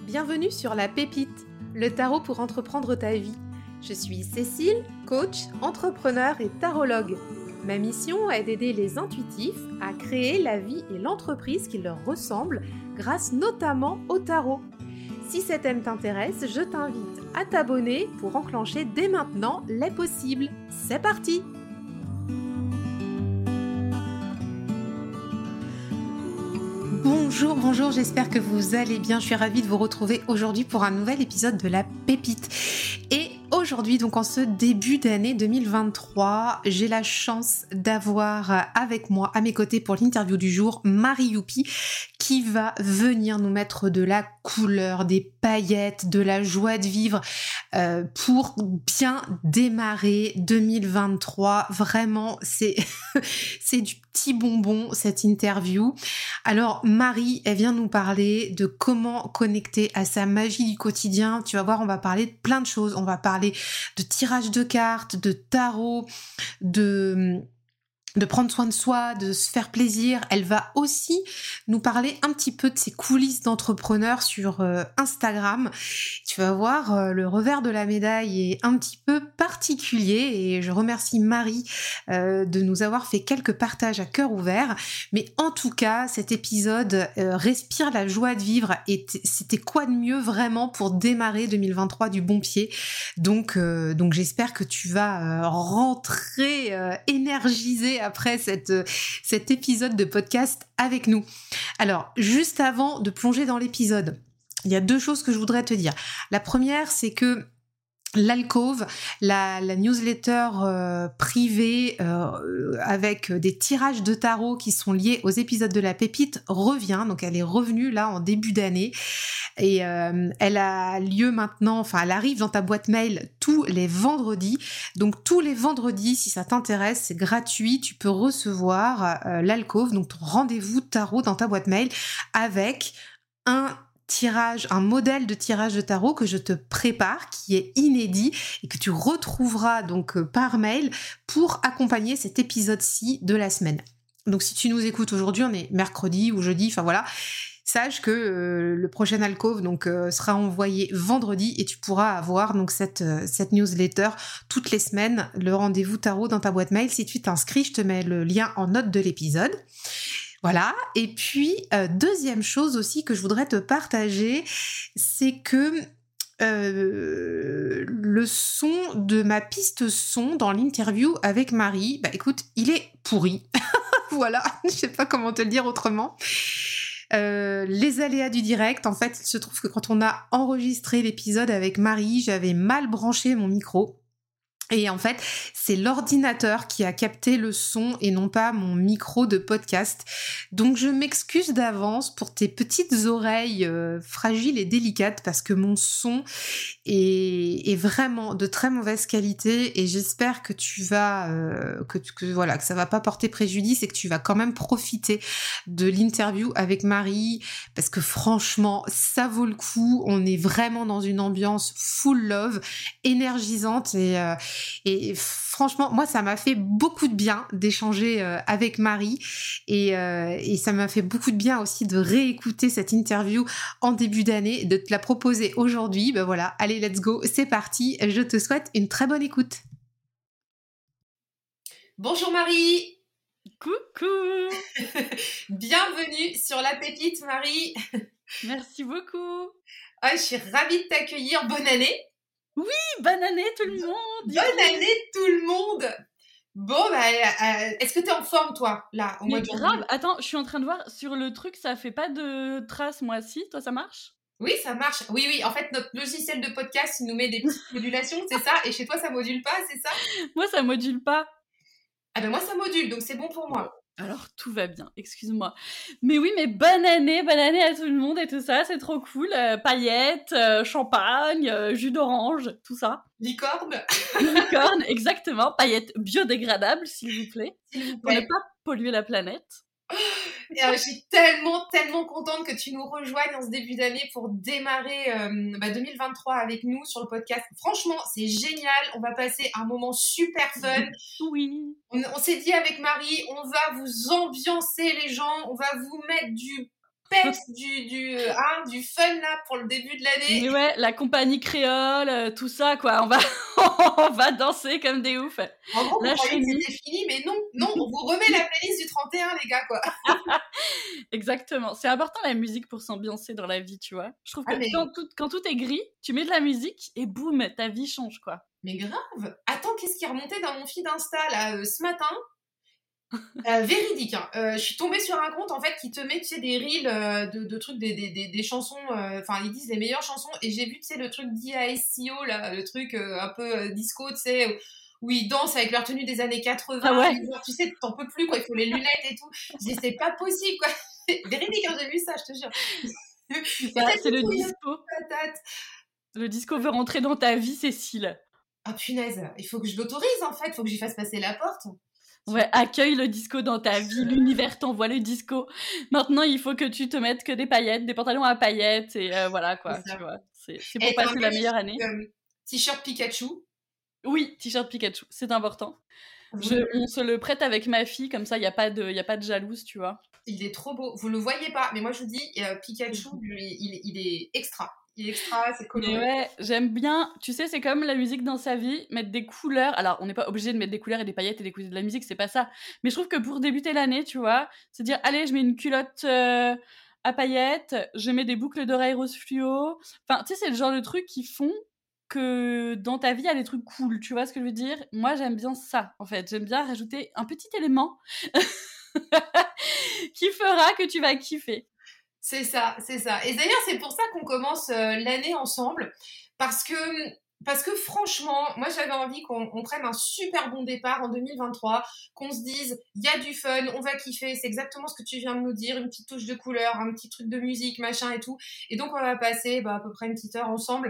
Bienvenue sur La Pépite, le tarot pour entreprendre ta vie. Je suis Cécile, coach, entrepreneur et tarologue. Ma mission est d'aider les intuitifs à créer la vie et l'entreprise qui leur ressemblent grâce notamment au tarot. Si cet thème t'intéresse, je t'invite à t'abonner pour enclencher dès maintenant les possibles. C'est parti! Bonjour, j'espère que vous allez bien. Je suis ravie de vous retrouver aujourd'hui pour un nouvel épisode de La Pépite. Et aujourd'hui, donc en ce début d'année 2023, j'ai la chance d'avoir avec moi, à mes côtés pour l'interview du jour, Marie Youpi, qui va venir nous mettre de la couleur, des paillettes, de la joie de vivre pour bien démarrer 2023. Vraiment, c'est du petit bonbon cette interview. Alors Marie, elle vient nous parler de comment connecter à sa magie du quotidien. Tu vas voir, on va parler de plein de choses. On va parler de tirage de cartes, de tarot, de prendre soin de soi, de se faire plaisir. Elle va aussi nous parler un petit peu de ses coulisses d'entrepreneur sur Instagram. Tu vas voir, le revers de la médaille est un petit peu particulier et je remercie Marie de nous avoir fait quelques partages à cœur ouvert. Mais en tout cas, cet épisode respire la joie de vivre et c'était quoi de mieux vraiment pour démarrer 2023 du bon pied. Donc j'espère que tu vas rentrer énergisé après cet épisode de podcast avec nous. Alors, juste avant de plonger dans l'épisode, il y a deux choses que je voudrais te dire. La première, c'est que l'Alcôve, la newsletter privée avec des tirages de tarot qui sont liés aux épisodes de La Pépite revient. Donc elle est revenue là en début d'année et elle a lieu maintenant, enfin elle arrive dans ta boîte mail tous les vendredis. Donc tous les vendredis, si ça t'intéresse, c'est gratuit, tu peux recevoir l'Alcôve, donc ton rendez-vous tarot dans ta boîte mail avec un modèle de tirage de tarot que je te prépare, qui est inédit et que tu retrouveras donc par mail pour accompagner cet épisode-ci de la semaine. Donc si tu nous écoutes aujourd'hui, on est mercredi ou jeudi, enfin voilà, sache que le prochain Alcôve donc sera envoyé vendredi et tu pourras avoir donc cette newsletter toutes les semaines, le rendez-vous tarot dans ta boîte mail. Si tu t'inscris, je te mets le lien en note de l'épisode. Voilà, et puis deuxième chose aussi que je voudrais te partager, c'est que le son de ma piste son dans l'interview avec Marie, bah écoute, il est pourri. Voilà, je sais pas comment te le dire autrement. Les aléas du direct, en fait, il se trouve que quand on a enregistré l'épisode avec Marie, j'avais mal branché mon micro. Et en fait, c'est l'ordinateur qui a capté le son et non pas mon micro de podcast. Donc je m'excuse d'avance pour tes petites oreilles fragiles et délicates parce que mon son est vraiment de très mauvaise qualité et j'espère que tu vas que ça va pas porter préjudice et que tu vas quand même profiter de l'interview avec Marie parce que franchement, ça vaut le coup. On est vraiment dans une ambiance full love, énergisante et franchement, moi, ça m'a fait beaucoup de bien d'échanger avec Marie et ça m'a fait beaucoup de bien aussi de réécouter cette interview en début d'année, de te la proposer aujourd'hui. Ben voilà, allez, let's go, c'est parti. Je te souhaite une très bonne écoute. Bonjour Marie. Coucou. Bienvenue sur La Pépite, Marie. Merci beaucoup. Ah, je suis ravie de t'accueillir. Bonne année. Oui, bonne année tout le monde. Bonne année tout le monde. Bon, bah, est-ce que t'es en forme, toi, là, au mois de janvier ? Grave, attends, je suis en train de voir, sur le truc, ça fait pas de traces, moi, si, toi, ça marche ? Oui, ça marche. Oui, en fait, notre logiciel de podcast, il nous met des petites modulations, c'est ça ? Et chez toi, ça module pas, c'est ça ? Moi, ça module pas. Ah ben moi, ça module, donc c'est bon pour moi. Alors, tout va bien, excuse-moi. Mais oui, mais bonne année à tout le monde et tout ça, c'est trop cool. Paillettes, champagne, jus d'orange, tout ça. Licorne. Licorne, exactement. Paillettes biodégradables, s'il vous plaît. Pour ne pas polluer la planète. Je suis tellement contente que tu nous rejoignes en ce début d'année pour démarrer 2023 avec nous sur le podcast. Franchement, c'est génial. On va passer un moment super fun. Oui. On s'est dit avec Marie, on va vous ambiancer les gens, on va vous mettre du peps, du fun là pour le début de l'année. Mais ouais, la compagnie créole, tout ça quoi, on va on va danser comme des oufs. En gros, vous La croyez que chenille. c'était fini, mais non, on vous remet la playlist du 31, les gars, quoi. Exactement. C'est important la musique pour s'ambiancer dans la vie, tu vois. Je trouve que Ah, mais quand tout est gris, tu mets de la musique et boum, ta vie change, quoi. grave. Attends, qu'est-ce qui est remonté dans mon feed Insta, là, ce matin? Véridique, hein. Je suis tombée sur un compte en fait qui te met, tu sais, des reels de trucs, des chansons, enfin ils disent les meilleures chansons, et j'ai vu, tu sais, le truc d'IASCO là, le truc un peu disco, tu sais, où ils dansent avec leur tenue des années 80, Ah ouais. genre, tu sais, t'en peux plus quoi, il faut les lunettes et tout. Je dis c'est pas possible quoi. Véridique, hein, j'ai vu ça, je te jure. C'est Et ça, t'as c'est le dit, oui, disco. patate. Le disco veut rentrer dans ta vie, Cécile. Ah punaise, il faut que je l'autorise en fait, il faut que j'y fasse passer la porte. Ouais, accueille le disco dans ta vie, l'univers t'envoie le disco. Maintenant, il faut que tu te mettes que des paillettes, des pantalons à paillettes, et voilà, quoi, C'est tu ça. vois. C'est pour Et t'as un passer la meilleure magnifique année. t-shirt Pikachu. Oui, t-shirt Pikachu, c'est important. Vous le On se le prête avec ma fille, comme ça, il y a pas de jalouse, tu vois. Il est trop beau. Vous le voyez pas, mais moi je vous dis, Pikachu, lui, il est extra. Il est extra, c'est Mais coloré. ouais, j'aime bien. Tu sais, c'est comme la musique dans sa vie, mettre des couleurs. Alors, on n'est pas obligé de mettre des couleurs et des paillettes et d'écouter de la musique, c'est pas ça. Mais je trouve que pour débuter l'année, tu vois, c'est dire, allez, je mets une culotte à paillettes, je mets des boucles d'oreilles rose fluo. Enfin, tu sais, c'est le genre de trucs qui font que dans ta vie, il y a des trucs cool. Tu vois ce que je veux dire? Moi, j'aime bien ça, en fait. J'aime bien rajouter un petit élément qui fera que tu vas kiffer. C'est ça, c'est ça. Et d'ailleurs, c'est pour ça qu'on commence l'année ensemble, parce que, parce que franchement, moi j'avais envie qu'on prenne un super bon départ en 2023, qu'on se dise, il y a du fun, on va kiffer, c'est exactement ce que tu viens de nous dire, une petite touche de couleur, un petit truc de musique, machin et tout. Et donc on va passer à peu près une petite heure ensemble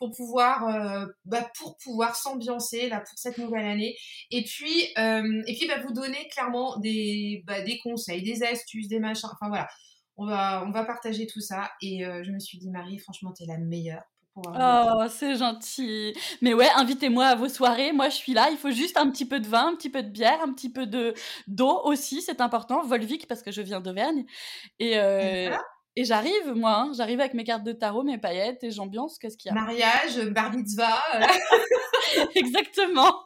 pour pouvoir s'ambiancer là pour cette nouvelle année. Et puis vous donner clairement des conseils, des astuces, des machins, enfin voilà. On va partager tout ça. Et je me suis dit, Marie, franchement, t'es la meilleure pour pouvoir jouer. Oh, c'est gentil. Mais ouais, invitez-moi à vos soirées. Moi, je suis là. Il faut juste un petit peu de vin, un petit peu de bière, un petit peu d'eau aussi, c'est important. Volvic, parce que je viens d'Auvergne. Et, Et euh, voilà. et j'arrive, moi. J'arrive avec mes cartes de tarot, mes paillettes et j'ambiance. Qu'est-ce qu'il y a? Mariage, bar mitzvah. Exactement.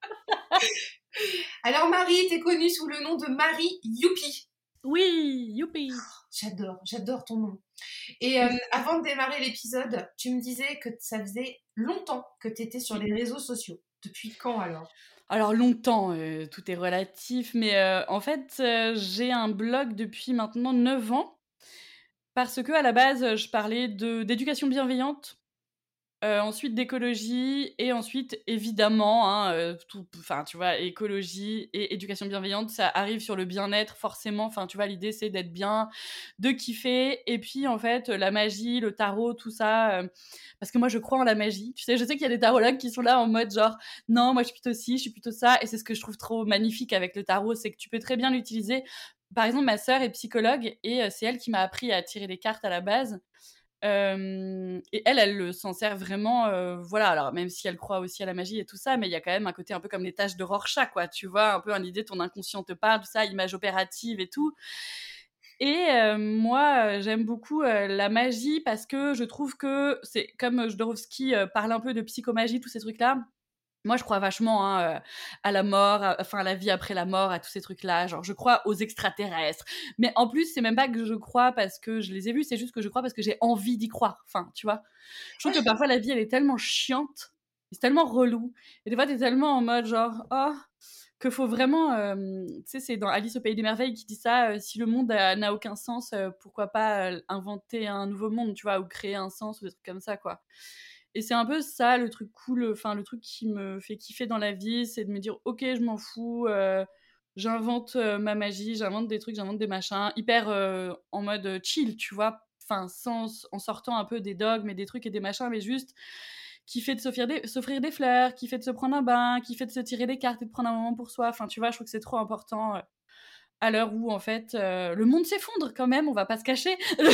Alors, Marie, t'es connue sous le nom de Marie Youpi. Oui, youpi. J'adore ton nom. Et avant de démarrer l'épisode, tu me disais que ça faisait longtemps que t'étais sur les réseaux sociaux. Depuis quand alors? Alors longtemps, tout est relatif, mais en fait, j'ai un blog depuis maintenant 9 ans parce que à la base, je parlais d'éducation bienveillante. Ensuite d'écologie et ensuite évidemment, hein, enfin tu vois, écologie et éducation bienveillante, ça arrive sur le bien-être forcément. Enfin tu vois, l'idée c'est d'être bien, de kiffer et puis en fait la magie, le tarot, tout ça, parce que moi je crois en la magie. Tu sais, je sais qu'il y a des tarologues qui sont là en mode genre: «Non, moi je suis plutôt ci, je suis plutôt ça» et c'est ce que je trouve trop magnifique avec le tarot, c'est que tu peux très bien l'utiliser. Par exemple, ma sœur est psychologue et c'est elle qui m'a appris à tirer les cartes à la base. Et elle s'en sert vraiment, voilà. Alors même si elle croit aussi à la magie et tout ça, mais il y a quand même un côté un peu comme les tâches de Rorschach, quoi. Tu vois, un peu une idée, ton inconscient te parle, tout ça, image opérative et tout. Et moi, j'aime beaucoup la magie parce que je trouve que c'est comme Jodorowsky parle un peu de psychomagie, tous ces trucs-là. Moi, je crois vachement hein, à la mort, enfin à la vie après la mort, à tous ces trucs-là. Genre, je crois aux extraterrestres. Mais en plus, c'est même pas que je crois parce que je les ai vus, c'est juste que je crois parce que j'ai envie d'y croire. Enfin, tu vois. Je trouve que parfois la vie, elle est tellement chiante, c'est tellement relou. Et des fois, t'es tellement en mode genre, oh, que faut vraiment. Tu sais, c'est dans Alice au Pays des Merveilles qui dit ça. Si le monde n'a aucun sens, pourquoi pas inventer un nouveau monde, tu vois, ou créer un sens ou des trucs comme ça, quoi. Et c'est un peu ça le truc cool, enfin le truc qui me fait kiffer dans la vie, c'est de me dire ok, je m'en fous, j'invente ma magie, j'invente des trucs, j'invente des machins, hyper en mode chill, tu vois, enfin en sortant un peu des dogmes et des trucs et des machins, mais juste qui fait de s'offrir des fleurs, qui fait de se prendre un bain, qui fait de se tirer des cartes et de prendre un moment pour soi. Enfin, tu vois, je trouve que c'est trop important à l'heure où en fait le monde s'effondre quand même, on va pas se cacher.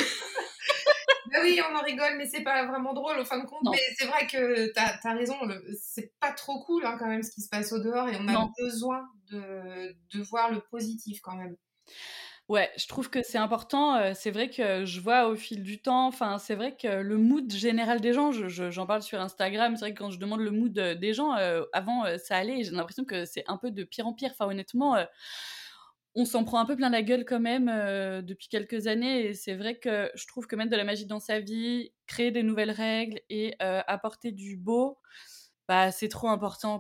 Bah oui, on en rigole, mais c'est pas vraiment drôle au fin de compte. Non, Mais c'est vrai que t'as raison, c'est pas trop cool hein, quand même ce qui se passe au dehors, et on a non. besoin de voir le positif quand même. Ouais, je trouve que c'est important, c'est vrai que je vois au fil du temps, enfin, c'est vrai que le mood général des gens, j'en parle sur Instagram, c'est vrai que quand je demande le mood, des gens, avant, ça allait et j'ai l'impression que c'est un peu de pire en pire. Enfin, honnêtement, on s'en prend un peu plein la gueule quand même, depuis quelques années et c'est vrai que je trouve que mettre de la magie dans sa vie, créer des nouvelles règles et apporter du beau, bah, c'est trop important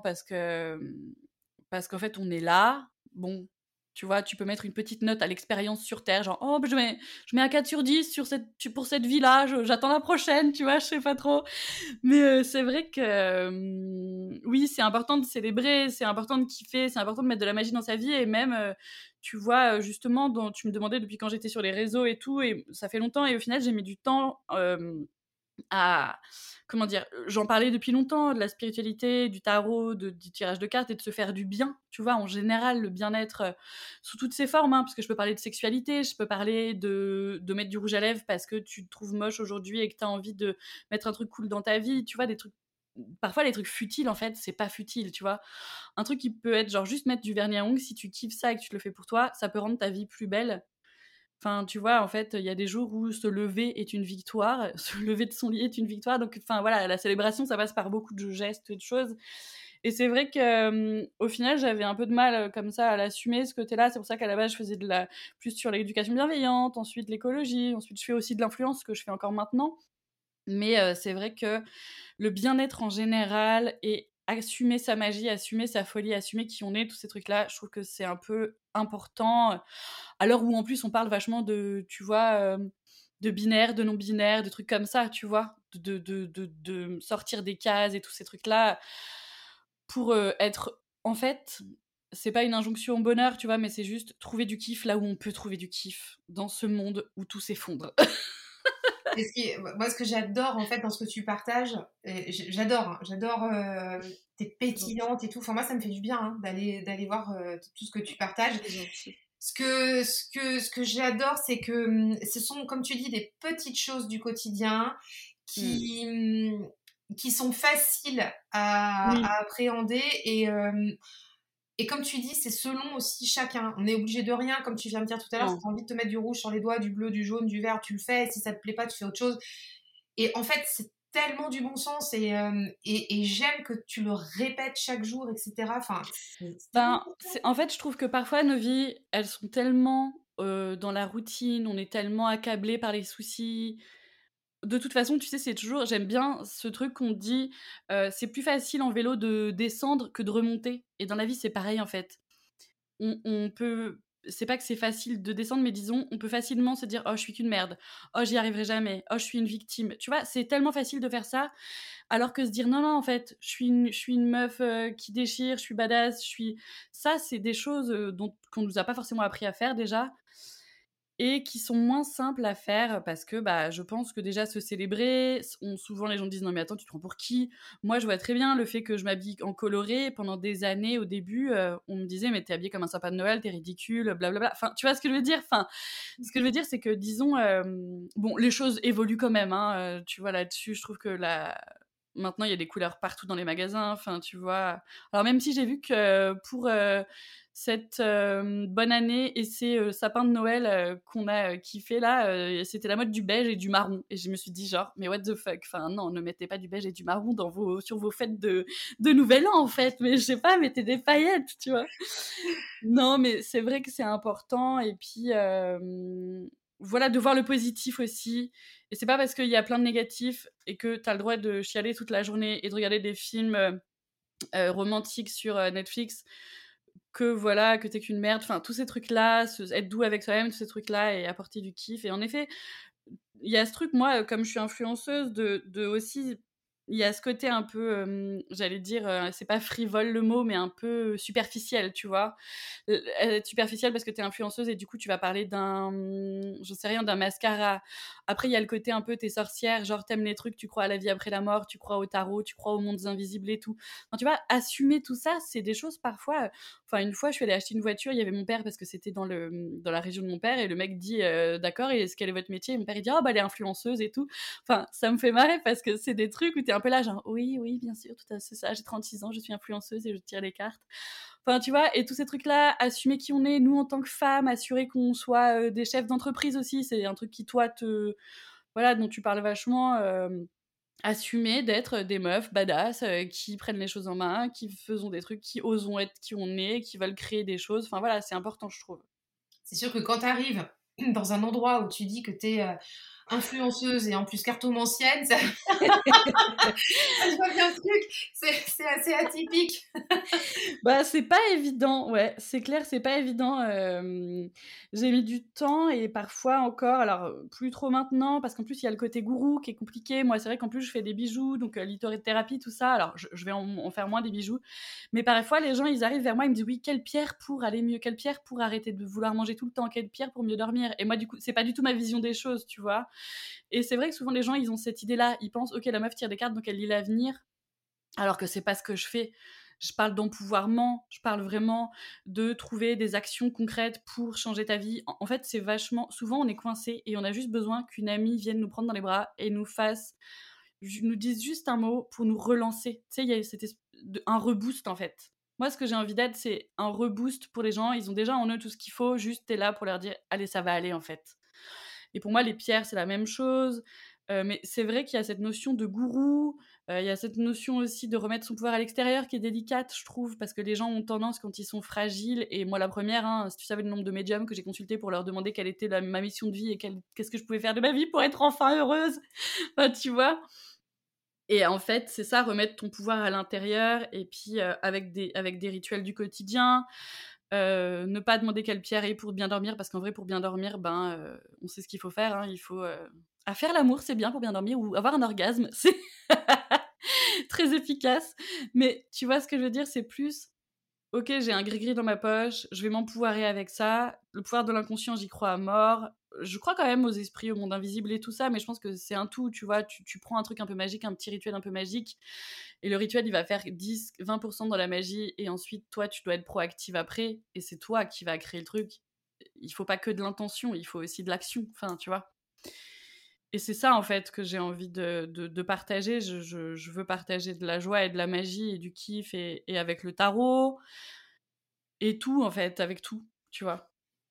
parce qu'en fait, on est là. Bon, tu vois, tu peux mettre une petite note à l'expérience sur Terre, genre: «Oh, bah, je mets un 4 sur 10 pour cette vie-là, j'attends la prochaine», tu vois? Je sais pas trop. Mais c'est vrai que, oui, c'est important de célébrer, c'est important de kiffer, c'est important de mettre de la magie dans sa vie et même, tu vois, justement, dont tu me demandais depuis quand j'étais sur les réseaux et tout et ça fait longtemps et au final, j'ai mis du temps, à comment dire? J'en parlais depuis longtemps de la spiritualité, du tarot, du tirage de cartes et de se faire du bien, tu vois? En général, le bien-être, sous toutes ses formes, hein, parce que je peux parler de sexualité, je peux parler de mettre du rouge à lèvres parce que tu te trouves moche aujourd'hui et que tu as envie de mettre un truc cool dans ta vie, tu vois? Des trucs parfois les trucs futiles, en fait, c'est pas futile, tu vois? Un truc qui peut être genre juste mettre du vernis à ongles, si tu kiffes ça et que tu te le fais pour toi, ça peut rendre ta vie plus belle. Enfin, tu vois, en fait, il y a des jours où se lever est une victoire, se lever de son lit est une victoire. Donc, enfin, voilà, la célébration, ça passe par beaucoup de gestes et de choses. Et c'est vrai que, au final, j'avais un peu de mal, comme ça, à l'assumer, ce côté-là. C'est pour ça qu'à la base, je faisais plus sur l'éducation bienveillante, ensuite l'écologie, ensuite je fais aussi de l'influence, ce que je fais encore maintenant. Mais, c'est vrai que le bien-être en général et assumer sa magie, assumer sa folie, assumer qui on est, tous ces trucs-là, je trouve que c'est un peu important, à l'heure où en plus on parle vachement de, tu vois, de binaire, de non binaire, de trucs comme ça, tu vois, de sortir des cases et tous ces trucs-là pour être, en fait, c'est pas une injonction au bonheur, tu vois, mais c'est juste trouver du kiff là où on peut trouver du kiff dans ce monde où tout s'effondre. Moi, ce que j'adore en fait dans ce que tu partages, j'adore, hein, j'adore, t'es C'est gentil, pétillante et tout. Enfin, moi, ça me fait du bien hein, d'aller voir tout ce que tu partages. c'est gentil. Ce que j'adore, c'est que ce sont, comme tu dis, des petites choses du quotidien Mmh. qui sont faciles Oui, à appréhender et comme tu dis, c'est selon aussi chacun. On est obligé de rien, comme tu viens de dire tout à l'heure. Si non. tu as envie de te mettre du rouge sur les doigts, du bleu, du jaune, du vert, tu le fais. Si ça te plaît pas, tu fais autre chose. Et en fait, c'est tellement du bon sens et j'aime que tu le répètes chaque jour, etc. Enfin, c'est tellement Ben, en fait, je trouve que parfois nos vies, elles sont tellement, dans la routine, on est tellement accablés par les soucis. De toute façon, tu sais, c'est toujours j'aime bien ce truc qu'on dit, c'est plus facile en vélo de descendre que de remonter et dans la vie, c'est pareil, en fait. On peut c'est pas que c'est facile de descendre, mais disons, on peut facilement se dire: «Oh, je suis qu'une merde. Oh, j'y arriverai jamais. Oh, je suis une victime». Tu vois? C'est tellement facile de faire ça, alors que se dire: «Non, non, en fait, je suis une meuf, qui déchire, je suis badass, je suis» ça, c'est des choses, qu'on nous a pas forcément appris à faire déjà et qui sont moins simples à faire parce que, bah, je pense que déjà se célébrer, souvent les gens disent: «Non mais attends, tu te prends pour qui?» Moi, je vois très bien le fait que je m'habille en coloré. Pendant des années, au début, on me disait: «Mais tu es habillée comme un sapin de Noël, tu es ridicule, blablabla». Enfin, tu vois ce que je veux dire? Enfin, ce que je veux dire, c'est que disons, bon, les choses évoluent quand même, hein, tu vois là-dessus, je trouve que la maintenant il y a des couleurs partout dans les magasins, enfin, tu vois? Alors même si j'ai vu que pour, cette, bonne année et ces, sapins de Noël, qu'on a, kiffés là, c'était la mode du beige et du marron et je me suis dit genre: «Mais what the fuck? Enfin non, ne mettez pas du beige et du marron sur vos fêtes de nouvel an en fait, mais je sais pas, mettez des paillettes», tu vois? Non, mais c'est vrai que c'est important et puis, voilà, de voir le positif aussi et c'est pas parce qu'il y a plein de négatifs et que tu as le droit de chialer toute la journée et de regarder des films, romantiques sur, Netflix que voilà, que t'es qu'une merde. Enfin, tous ces trucs-là, être doux avec soi-même, tous ces trucs-là et apporter du kiff. Et en effet, il y a ce truc, moi, comme je suis influenceuse, de aussi, il y a ce côté un peu, j'allais dire, c'est pas frivole le mot, mais un peu superficiel, tu vois. Être superficielle parce que t'es influenceuse et du coup, tu vas parler d'un, je sais rien, d'un mascara. Après, il y a le côté un peu, t'es sorcière, genre t'aimes les trucs, tu crois à la vie après la mort, tu crois au tarot, tu crois aux mondes invisibles et tout. Enfin, tu vois, assumer tout ça, c'est des choses parfois. Enfin, une fois, je suis allée acheter une voiture, il y avait mon père parce que c'était dans la région de mon père et le mec dit d'accord, et quel est votre métier? Et mon père il dit oh bah elle est influenceuse et tout. Enfin, ça me fait marrer parce que c'est des trucs où t'es un peu là, genre, oui, bien sûr, tout à fait, c'est ça, j'ai 36 ans, je suis influenceuse et je tire les cartes. Enfin, tu vois, et tous ces trucs-là, assumer qui on est, nous, en tant que femmes, assurer qu'on soit des chefs d'entreprise aussi, c'est un truc qui, toi, voilà, dont tu parles vachement, assumer d'être des meufs badass, qui prennent les choses en main, qui faisons des trucs, qui osons être qui on est, qui veulent créer des choses. Enfin, voilà, c'est important, je trouve. C'est sûr que quand tu arrives dans un endroit où tu dis que tu es influenceuse et en plus cartomancienne, ça, je vois bien le truc, c'est assez atypique. Bah, c'est pas évident, ouais, c'est clair, c'est pas évident. J'ai mis du temps et parfois encore, alors plus trop maintenant, parce qu'en plus il y a le côté gourou qui est compliqué. Moi, c'est vrai qu'en plus je fais des bijoux, donc lithothérapie, tout ça. Alors je vais en faire moins des bijoux, mais parfois les gens ils arrivent vers moi, ils me disent oui, quelle pierre pour aller mieux, quelle pierre pour arrêter de vouloir manger tout le temps, quelle pierre pour mieux dormir. Et moi du coup, c'est pas du tout ma vision des choses, tu vois. Et c'est vrai que souvent les gens ils ont cette idée-là, ils pensent ok la meuf tire des cartes donc elle lit l'avenir, alors que c'est pas ce que je fais. Je parle d'empouvoirment, je parle vraiment de trouver des actions concrètes pour changer ta vie. En fait, c'est vachement... Souvent, on est coincé et on a juste besoin qu'une amie vienne nous prendre dans les bras et nous dise juste un mot pour nous relancer. Tu sais, il y a un reboost, en fait. Moi, ce que j'ai envie d'être, c'est un reboost pour les gens. Ils ont déjà en eux tout ce qu'il faut, juste t'es là pour leur dire « Allez, ça va aller, en fait ». Et pour moi, les pierres, c'est la même chose. Mais c'est vrai qu'il y a cette notion de gourou, il y a cette notion aussi de remettre son pouvoir à l'extérieur qui est délicate, je trouve, parce que les gens ont tendance, quand ils sont fragiles, et moi la première, hein, si tu savais le nombre de médiums que j'ai consultés pour leur demander quelle était ma mission de vie et qu'est-ce que je pouvais faire de ma vie pour être enfin heureuse, enfin, tu vois. Et en fait, c'est ça, remettre ton pouvoir à l'intérieur, et puis avec des rituels du quotidien, ne pas demander quelle pierre est pour bien dormir, parce qu'en vrai, pour bien dormir, on sait ce qu'il faut faire, hein, il faut... à faire l'amour, c'est bien pour bien dormir, ou avoir un orgasme, c'est très efficace. Mais tu vois ce que je veux dire, c'est plus... Ok, j'ai un gris-gris dans ma poche, je vais m'empouvoirer avec ça. Le pouvoir de l'inconscient, j'y crois à mort. Je crois quand même aux esprits, au monde invisible et tout ça, mais je pense que c'est un tout, tu vois. Tu prends un truc un peu magique, un petit rituel un peu magique, et le rituel, il va faire 10-20% dans la magie, et ensuite, toi, tu dois être proactive après, et c'est toi qui vas créer le truc. Il faut pas que de l'intention, il faut aussi de l'action, enfin, tu vois. Et c'est ça, en fait, que j'ai envie de partager. Je veux partager de la joie et de la magie et du kiff, et avec le tarot, et tout, en fait, avec tout, tu vois.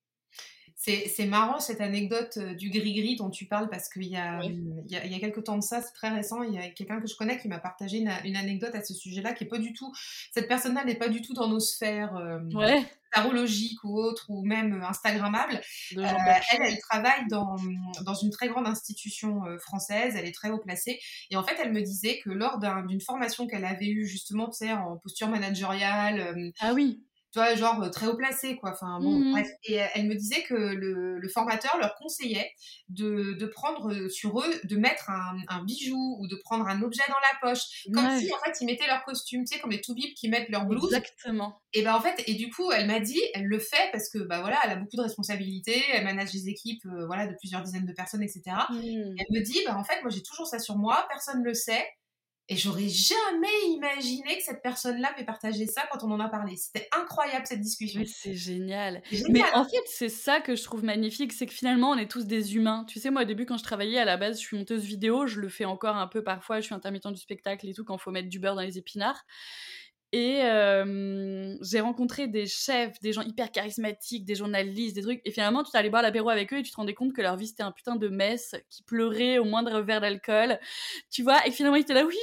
C'est marrant cette anecdote du gris-gris dont tu parles parce qu'il y a, Ouais. il y a quelques temps de ça, c'est très récent, il y a quelqu'un que je connais qui m'a partagé une anecdote à ce sujet-là qui est pas du tout, cette personne-là n'est pas du tout dans nos sphères Ouais, tarologiques ou autres ou même instagrammables. de Jean Perchaud. Elle travaille dans une très grande institution française, elle est très haut placée et en fait elle me disait que lors d'une formation qu'elle avait eue justement, tu sais, en posture managériale, Ah oui. tu vois, genre très haut placé, quoi. Enfin, bon, bref. Mmh. Et elle me disait que le formateur leur conseillait de prendre sur eux, de mettre un bijou ou de prendre un objet dans la poche, comme si, Ouais, en fait, ils mettaient leur costume, tu sais, comme les toubibs qui mettent leur blouse. exactement. Et ben en fait, et du coup, elle m'a dit, elle le fait parce que, bah voilà, elle a beaucoup de responsabilités, elle manage des équipes, voilà, de plusieurs dizaines de personnes, etc. Mmh. Elle me dit, bah en fait, moi, j'ai toujours ça sur moi, personne ne le sait. Et j'aurais jamais imaginé que cette personne-là m'ait partagé ça quand on en a parlé. C'était incroyable cette discussion. Mais c'est génial. C'est Mais génial, en hein. fait, c'est ça que je trouve magnifique, c'est que finalement, on est tous des humains. Tu sais, moi, au début, quand je travaillais, à la base, je suis monteuse vidéo, je le fais encore un peu parfois, je suis intermittente du spectacle et tout, quand il faut mettre du beurre dans les épinards. Et j'ai rencontré des chefs, des gens hyper charismatiques, des journalistes, des trucs. Et finalement, tu t'allais boire l'apéro avec eux et tu te rendais compte que leur vie, c'était un putain de mess, qui pleurait au moindre verre d'alcool. Tu vois, et finalement, ils étaient là, oui,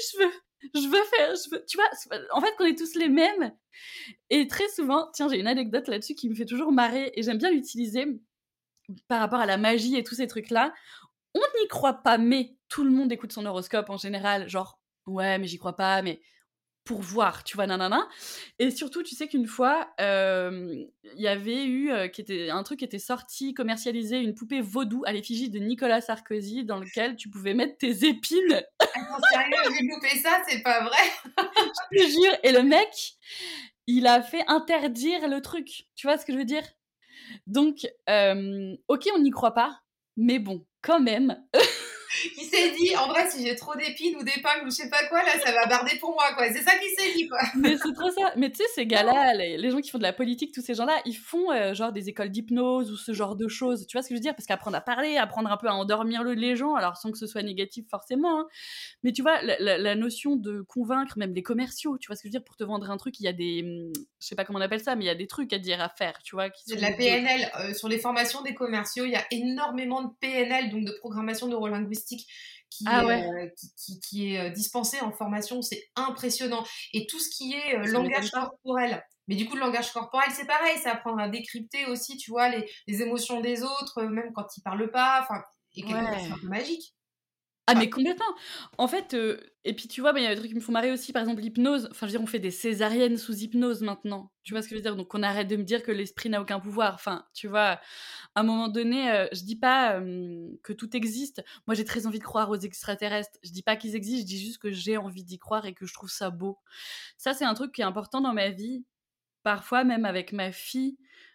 tu vois, en fait, qu'on est tous les mêmes. Et très souvent, tiens, j'ai une anecdote là-dessus qui me fait toujours marrer et j'aime bien l'utiliser par rapport à la magie et tous ces trucs-là. On n'y croit pas, mais tout le monde écoute son horoscope en général. Genre, ouais, mais j'y crois pas, mais pour voir, tu vois, nanana. Et surtout, tu sais qu'une fois, il y avait eu un truc qui était sorti, commercialisé, une poupée vaudou à l'effigie de Nicolas Sarkozy dans lequel tu pouvais mettre tes épines. Attends, sérieux, j'ai loupé ça, c'est pas vrai. Je te jure. Et le mec, il a fait interdire le truc. Tu vois ce que je veux dire? Donc, ok, on n'y croit pas, mais bon, quand même. Qui s'est dit, en vrai, si j'ai trop d'épines ou d'épingles ou je sais pas quoi, là, ça va barder pour moi, quoi. C'est ça qui s'est dit, quoi. Mais c'est trop ça. Mais tu sais, ces gars-là, les gens qui font de la politique, tous ces gens-là, ils font genre des écoles d'hypnose ou ce genre de choses. Tu vois ce que je veux dire? Parce qu'apprendre à parler, apprendre un peu à endormir les gens, alors sans que ce soit négatif forcément, hein. Mais tu vois, la notion de convaincre même les commerciaux, tu vois ce que je veux dire? Pour te vendre un truc, il y a des, je sais pas comment on appelle ça, mais il y a des trucs à dire, à faire, tu vois, qui C'est de sont la de... PNL. Sur les formations des commerciaux, il y a énormément de PNL, donc de programmation neurolinguistique, Ah ouais, qui est dispensée en formation. C'est impressionnant. Et tout ce qui est ça m'étonne langage pas. corporel. Mais du coup, le langage corporel, c'est pareil. C'est apprendre à décrypter aussi, tu vois, les émotions des autres, même quand ils parlent pas. Enfin, et quelque part, c'est un Ouais. peu magique. Ah Enfin, mais complètement! En fait, et puis tu vois, bah, il y a des trucs qui me font marrer aussi, par exemple l'hypnose. Enfin, je veux dire, on fait des césariennes sous hypnose maintenant. Tu vois ce que je veux dire? Donc on arrête de me dire que l'esprit n'a aucun pouvoir. Enfin, tu vois? À un moment donné, je dis pas, que tout existe. Moi, j'ai très envie de croire aux extraterrestres. Je dis pas qu'ils existent, je dis juste que j'ai envie d'y croire et que je trouve ça beau. Ça, c'est un truc qui est important dans ma vie. Parfois, même avec ma fille,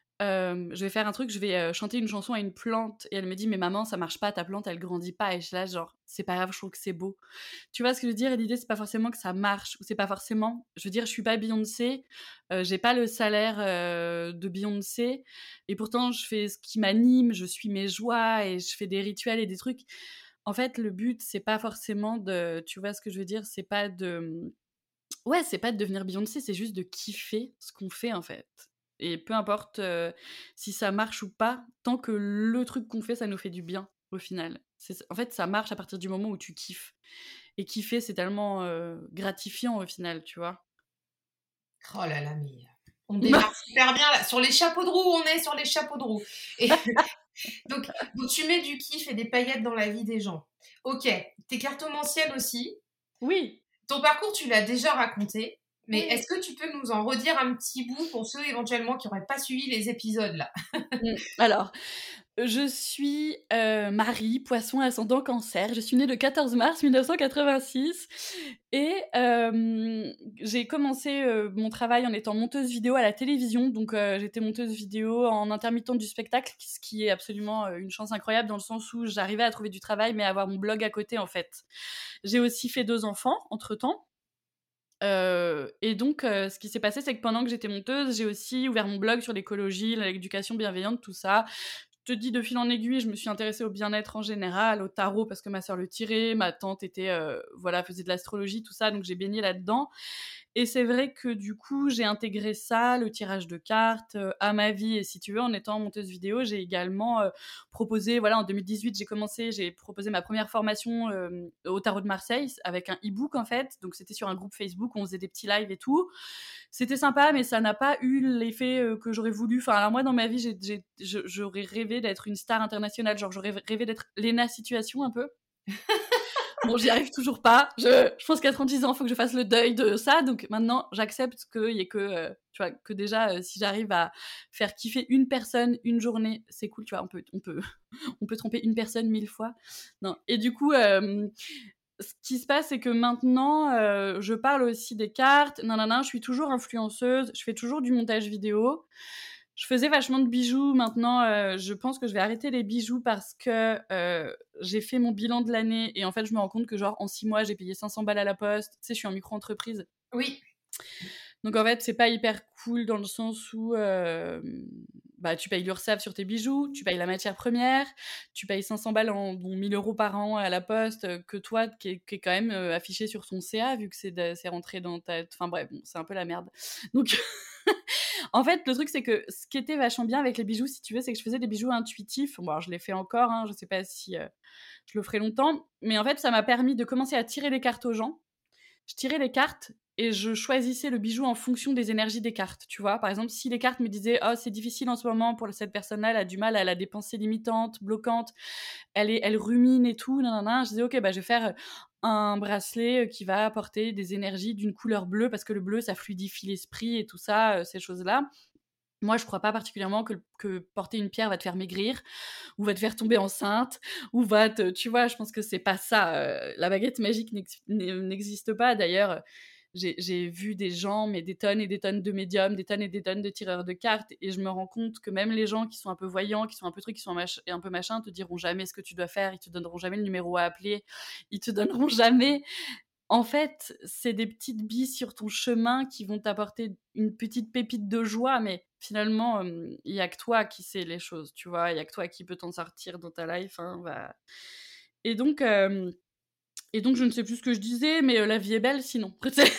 je vais faire un truc, je vais, chanter une chanson à une plante et elle me dit: «Mais maman, ça marche pas, ta plante, elle grandit pas» et je suis là genre: «C'est pas grave, je trouve que c'est beau». Tu vois ce que je veux dire? Et l'idée, c'est pas forcément que ça marche ou c'est pas forcément je veux dire, je suis pas Beyoncé, j'ai pas le salaire, de Beyoncé et pourtant je fais ce qui m'anime, je suis mes joies et je fais des rituels et des trucs. En fait, le but, c'est pas forcément de tu vois ce que je veux dire? C'est pas de, ouais, c'est pas de devenir Beyoncé, c'est juste de kiffer ce qu'on fait, en fait. Et peu importe, si ça marche ou pas, tant que le truc qu'on fait, ça nous fait du bien, au final. En fait, ça marche à partir du moment où tu kiffes. Et kiffer, c'est tellement, gratifiant, au final, tu vois? oh là là, mais on démarre super bien là. Sur les chapeaux de roue, on est sur les chapeaux de roue. Et donc tu mets du kiff et des paillettes dans la vie des gens. Ok, t'es cartomancienne aussi. Oui, Ton parcours, tu l'as déjà raconté, mais oui. est-ce que tu peux nous en redire un petit bout pour ceux éventuellement qui n'auraient pas suivi les épisodes là? Alors, je suis, Marie, Poisson, ascendant Cancer. Je suis née le 14 mars 1986 et j'ai commencé, mon travail en étant monteuse vidéo à la télévision. Donc j'étais monteuse vidéo en intermittente du spectacle, ce qui est absolument, une chance incroyable dans le sens où j'arrivais à trouver du travail, mais à avoir mon blog à côté, en fait. J'ai aussi fait 2 enfants entre-temps. Et donc, ce qui s'est passé, c'est que pendant que j'étais monteuse, j'ai aussi ouvert mon blog sur l'écologie, l'éducation bienveillante, tout ça. Je te dis, de fil en aiguille, je me suis intéressée au bien-être en général, au tarot parce que ma sœur le tirait, ma tante était, voilà, faisait de l'astrologie, tout ça, donc j'ai baigné là-dedans. Et c'est vrai que du coup, j'ai intégré ça, le tirage de cartes, à ma vie. Et si tu veux, en étant monteuse vidéo, j'ai également proposé, voilà, en 2018, j'ai proposé ma première formation au Tarot de Marseille avec un e-book en fait. Donc c'était sur un groupe Facebook, on faisait des petits lives et tout. C'était sympa, mais ça n'a pas eu l'effet que j'aurais voulu. Enfin, alors moi, dans ma vie, j'aurais rêvé d'être une star internationale. Genre, j'aurais rêvé d'être Lena Situation un peu. Bon, j'y arrive toujours pas. Je pense qu'à 36 ans, il faut que je fasse le deuil de ça. Donc maintenant, j'accepte qu'il y ait que, tu vois, que déjà, si j'arrive à faire kiffer une personne une journée, c'est cool, tu vois. On peut tromper une personne 1000 fois. Non. Et du coup, ce qui se passe, c'est que maintenant, je parle aussi des cartes. Nanana, je suis toujours influenceuse. Je fais toujours du montage vidéo. Je faisais vachement de bijoux. Maintenant, je pense que je vais arrêter les bijoux parce que j'ai fait mon bilan de l'année et en fait, je me rends compte que genre en 6 mois, j'ai payé 500 balles à la poste. Tu sais, je suis en micro-entreprise. Oui, Donc en fait, c'est pas hyper cool dans le sens où bah, tu payes l'URSSAF sur tes bijoux, tu payes la matière première, tu payes 500 balles bon, 1000 euros par an à la poste que toi, qui est quand même affiché sur ton CA vu que c'est rentré dans ta... Enfin bref, bon, c'est un peu la merde. Donc en fait, le truc, c'est que ce qui était vachement bien avec les bijoux, si tu veux, c'est que je faisais des bijoux intuitifs. Bon, alors je les fais encore, hein, je sais pas si je le ferai longtemps, mais en fait, ça m'a permis de commencer à tirer les cartes aux gens. Je tirais les cartes et je choisissais le bijou en fonction des énergies des cartes, tu vois. Par exemple, si les cartes me disaient « Oh, c'est difficile en ce moment pour cette personne-là, elle a du mal, elle a des pensées limitantes, bloquantes, elle rumine et tout, nanana », je disais « Ok, bah, je vais faire un bracelet qui va apporter des énergies d'une couleur bleue parce que le bleu, ça fluidifie l'esprit et tout ça, ces choses-là. » Moi, je crois pas particulièrement que porter une pierre va te faire maigrir, ou va te faire tomber enceinte, ou va te... Tu vois, je pense que c'est pas ça. La baguette magique n'existe pas. D'ailleurs, j'ai vu des gens, mais des tonnes et des tonnes de médiums, des tonnes et des tonnes de tireurs de cartes, et je me rends compte que même les gens qui sont un peu voyants, qui sont un peu trucs, qui sont un peu machin, te diront jamais ce que tu dois faire, ils te donneront jamais le numéro à appeler, ils te donneront jamais. En fait, c'est des petites billes sur ton chemin qui vont t'apporter une petite pépite de joie, mais finalement, il y a que toi qui sais les choses, tu vois? Il y a que toi qui peux t'en sortir dans ta life, hein, bah et donc hem et donc je ne sais plus ce que je disais, mais la vie est belle sinon.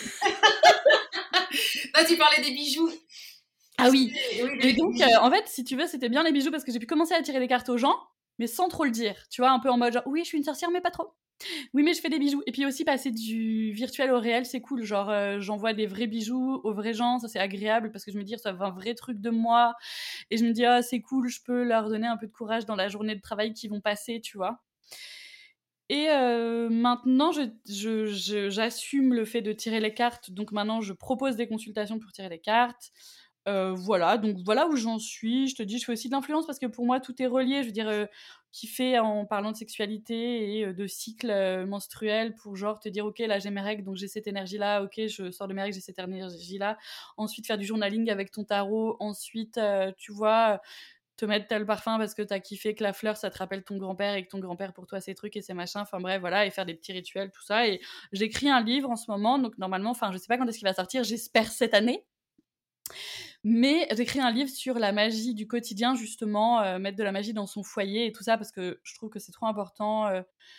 Ah, tu parlais des bijoux. Ah oui, Oui, et les donc bijoux. en fait, si tu veux, c'était bien les bijoux parce que j'ai pu commencer à tirer les cartes aux gens, mais sans trop le dire, tu vois? Un peu en mode genre: «Oui, je suis une sorcière, mais pas trop. Oui, mais je fais des bijoux», et puis aussi passer du virtuel au réel, c'est cool. Genre, j'envoie des vrais bijoux aux vrais gens, ça c'est agréable parce que je me dis: «Ça va un vrai truc de moi», et je me dis: «Ah, c'est cool, je peux leur donner un peu de courage dans la journée de travail qu'ils vont passer», tu vois? Et maintenant, j'assume le fait de tirer les cartes, donc maintenant je propose des consultations pour tirer les cartes. Voilà, donc voilà où j'en suis. Je te dis, je fais aussi de l'influence parce que pour moi tout est relié. Je veux dire, kiffer en parlant de sexualité et de cycle menstruel pour genre te dire, ok, là j'ai mes règles, donc j'ai cette énergie-là, ok, je sors de mes règles, j'ai cette énergie-là. Ensuite, faire du journaling avec ton tarot. Ensuite, tu vois, te mettre tel parfum parce que t'as kiffé que la fleur ça te rappelle ton grand-père et que ton grand-père pour toi c'est trucs et c'est machin, enfin bref voilà, et faire des petits rituels, tout ça. Et j'écris un livre en ce moment, donc normalement, enfin je sais pas quand est-ce qu'il va sortir, j'espère cette année, mais j'écris un livre sur la magie du quotidien, justement, mettre de la magie dans son foyer et tout ça, parce que je trouve que c'est trop important.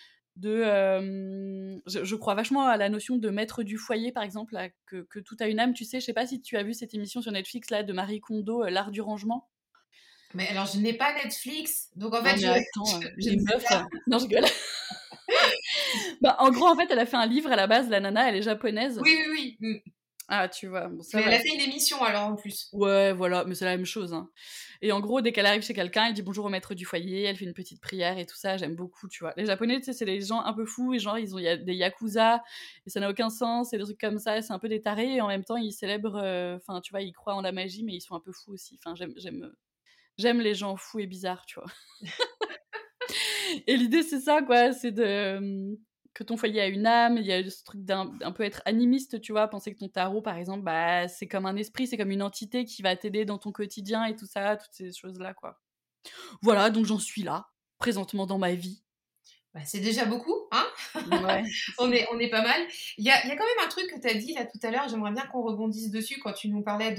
Je crois vachement à la notion de maître du foyer, par exemple, là, que tout a une âme, tu sais. Je sais pas si tu as vu cette émission sur Netflix là de Marie Kondo, l'art du rangement. Mais alors, je n'ai pas Netflix, donc en Non fait, mais je, attends, je les ne sais meufs, pas. non je rigole. Bah, en gros, en fait, elle a fait un livre à la base, la nana, elle est japonaise. Oui, oui, oui. Ah, tu vois, bon, ça Mais elle va. a fait une émission alors en plus. Ouais, voilà, mais c'est la même chose, hein. Et en gros, dès qu'elle arrive chez quelqu'un, elle dit bonjour au maître du foyer, elle fait une petite prière et tout ça, j'aime beaucoup, tu vois. Les Japonais, tu sais, c'est des gens un peu fous, et genre, il y a des yakuza, et ça n'a aucun sens, et des trucs comme ça, c'est un peu des tarés, et en même temps, ils célèbrent, enfin, tu vois, ils croient en la magie, mais ils sont un peu fous aussi. Enfin, j'aime les gens fous et bizarres, tu vois. Et l'idée, c'est ça, quoi, c'est que ton foyer a une âme. Il y a ce truc d'un peu être animiste, tu vois, penser que ton tarot, par exemple, bah, c'est comme un esprit, c'est comme une entité qui va t'aider dans ton quotidien et tout ça, toutes ces choses-là, quoi. Voilà, donc j'en suis là, présentement dans ma vie. Bah, c'est déjà beaucoup, hein. Ouais. On est pas mal. Il y a quand même un truc que tu as dit là tout à l'heure, j'aimerais bien qu'on rebondisse dessus quand tu nous parlais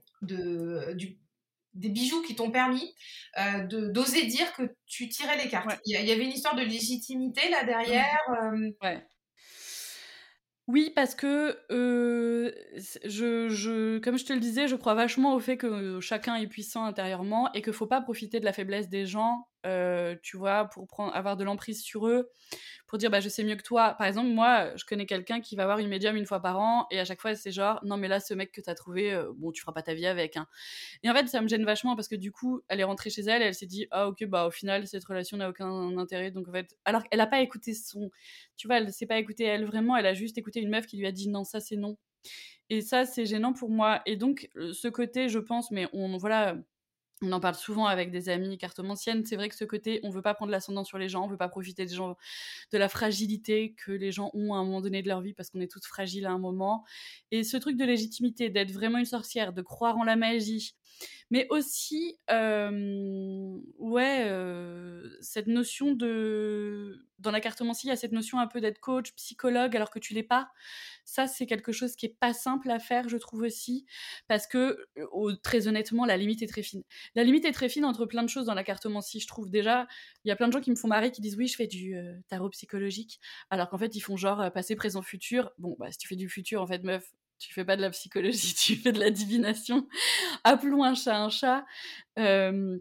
des bijoux qui t'ont permis d'oser dire que tu tirais les cartes. Ouais. Il y avait une histoire de légitimité là derrière. Ouais. Oui, parce que comme je te le disais, je crois vachement au fait que chacun est puissant intérieurement et qu'il faut pas profiter de la faiblesse des gens, tu vois, pour avoir de l'emprise sur eux, pour dire bah je sais mieux que toi. Par exemple, moi, je connais quelqu'un qui va voir une médium une fois par an, et à chaque fois c'est genre non mais là ce mec que t'as trouvé, bon tu feras pas ta vie avec, hein. Et en fait ça me gêne vachement parce que du coup elle est rentrée chez elle et elle s'est dit ah ok bah au final cette relation n'a aucun intérêt, donc en fait alors qu'elle a pas écouté tu vois, elle s'est pas écoutée elle vraiment, elle a juste écouté une meuf qui lui a dit non ça c'est non. Et ça c'est gênant pour moi, et donc ce côté je pense, mais voilà, on en parle souvent avec des amis cartomanciennes, c'est vrai que ce côté, on veut pas prendre l'ascendant sur les gens, on veut pas profiter des gens, de la fragilité que les gens ont à un moment donné de leur vie, parce qu'on est toutes fragiles à un moment. Et ce truc de légitimité, d'être vraiment une sorcière, de croire en la magie, mais aussi, ouais, cette notion de... Dans la cartomancie, il y a cette notion un peu d'être coach, psychologue, alors que tu l'es pas. Ça, c'est quelque chose qui est pas simple à faire, je trouve aussi, parce que, très honnêtement, la limite est très fine. La limite est très fine entre plein de choses dans la cartomancie, je trouve. Déjà, il y a plein de gens qui me font marrer, qui disent oui, je fais du tarot psychologique, alors qu'en fait, ils font genre passé, présent, futur. Bon, bah, si tu fais du futur, en fait, meuf, tu fais pas de la psychologie, tu fais de la divination. Appelons un chat un chat. Euh,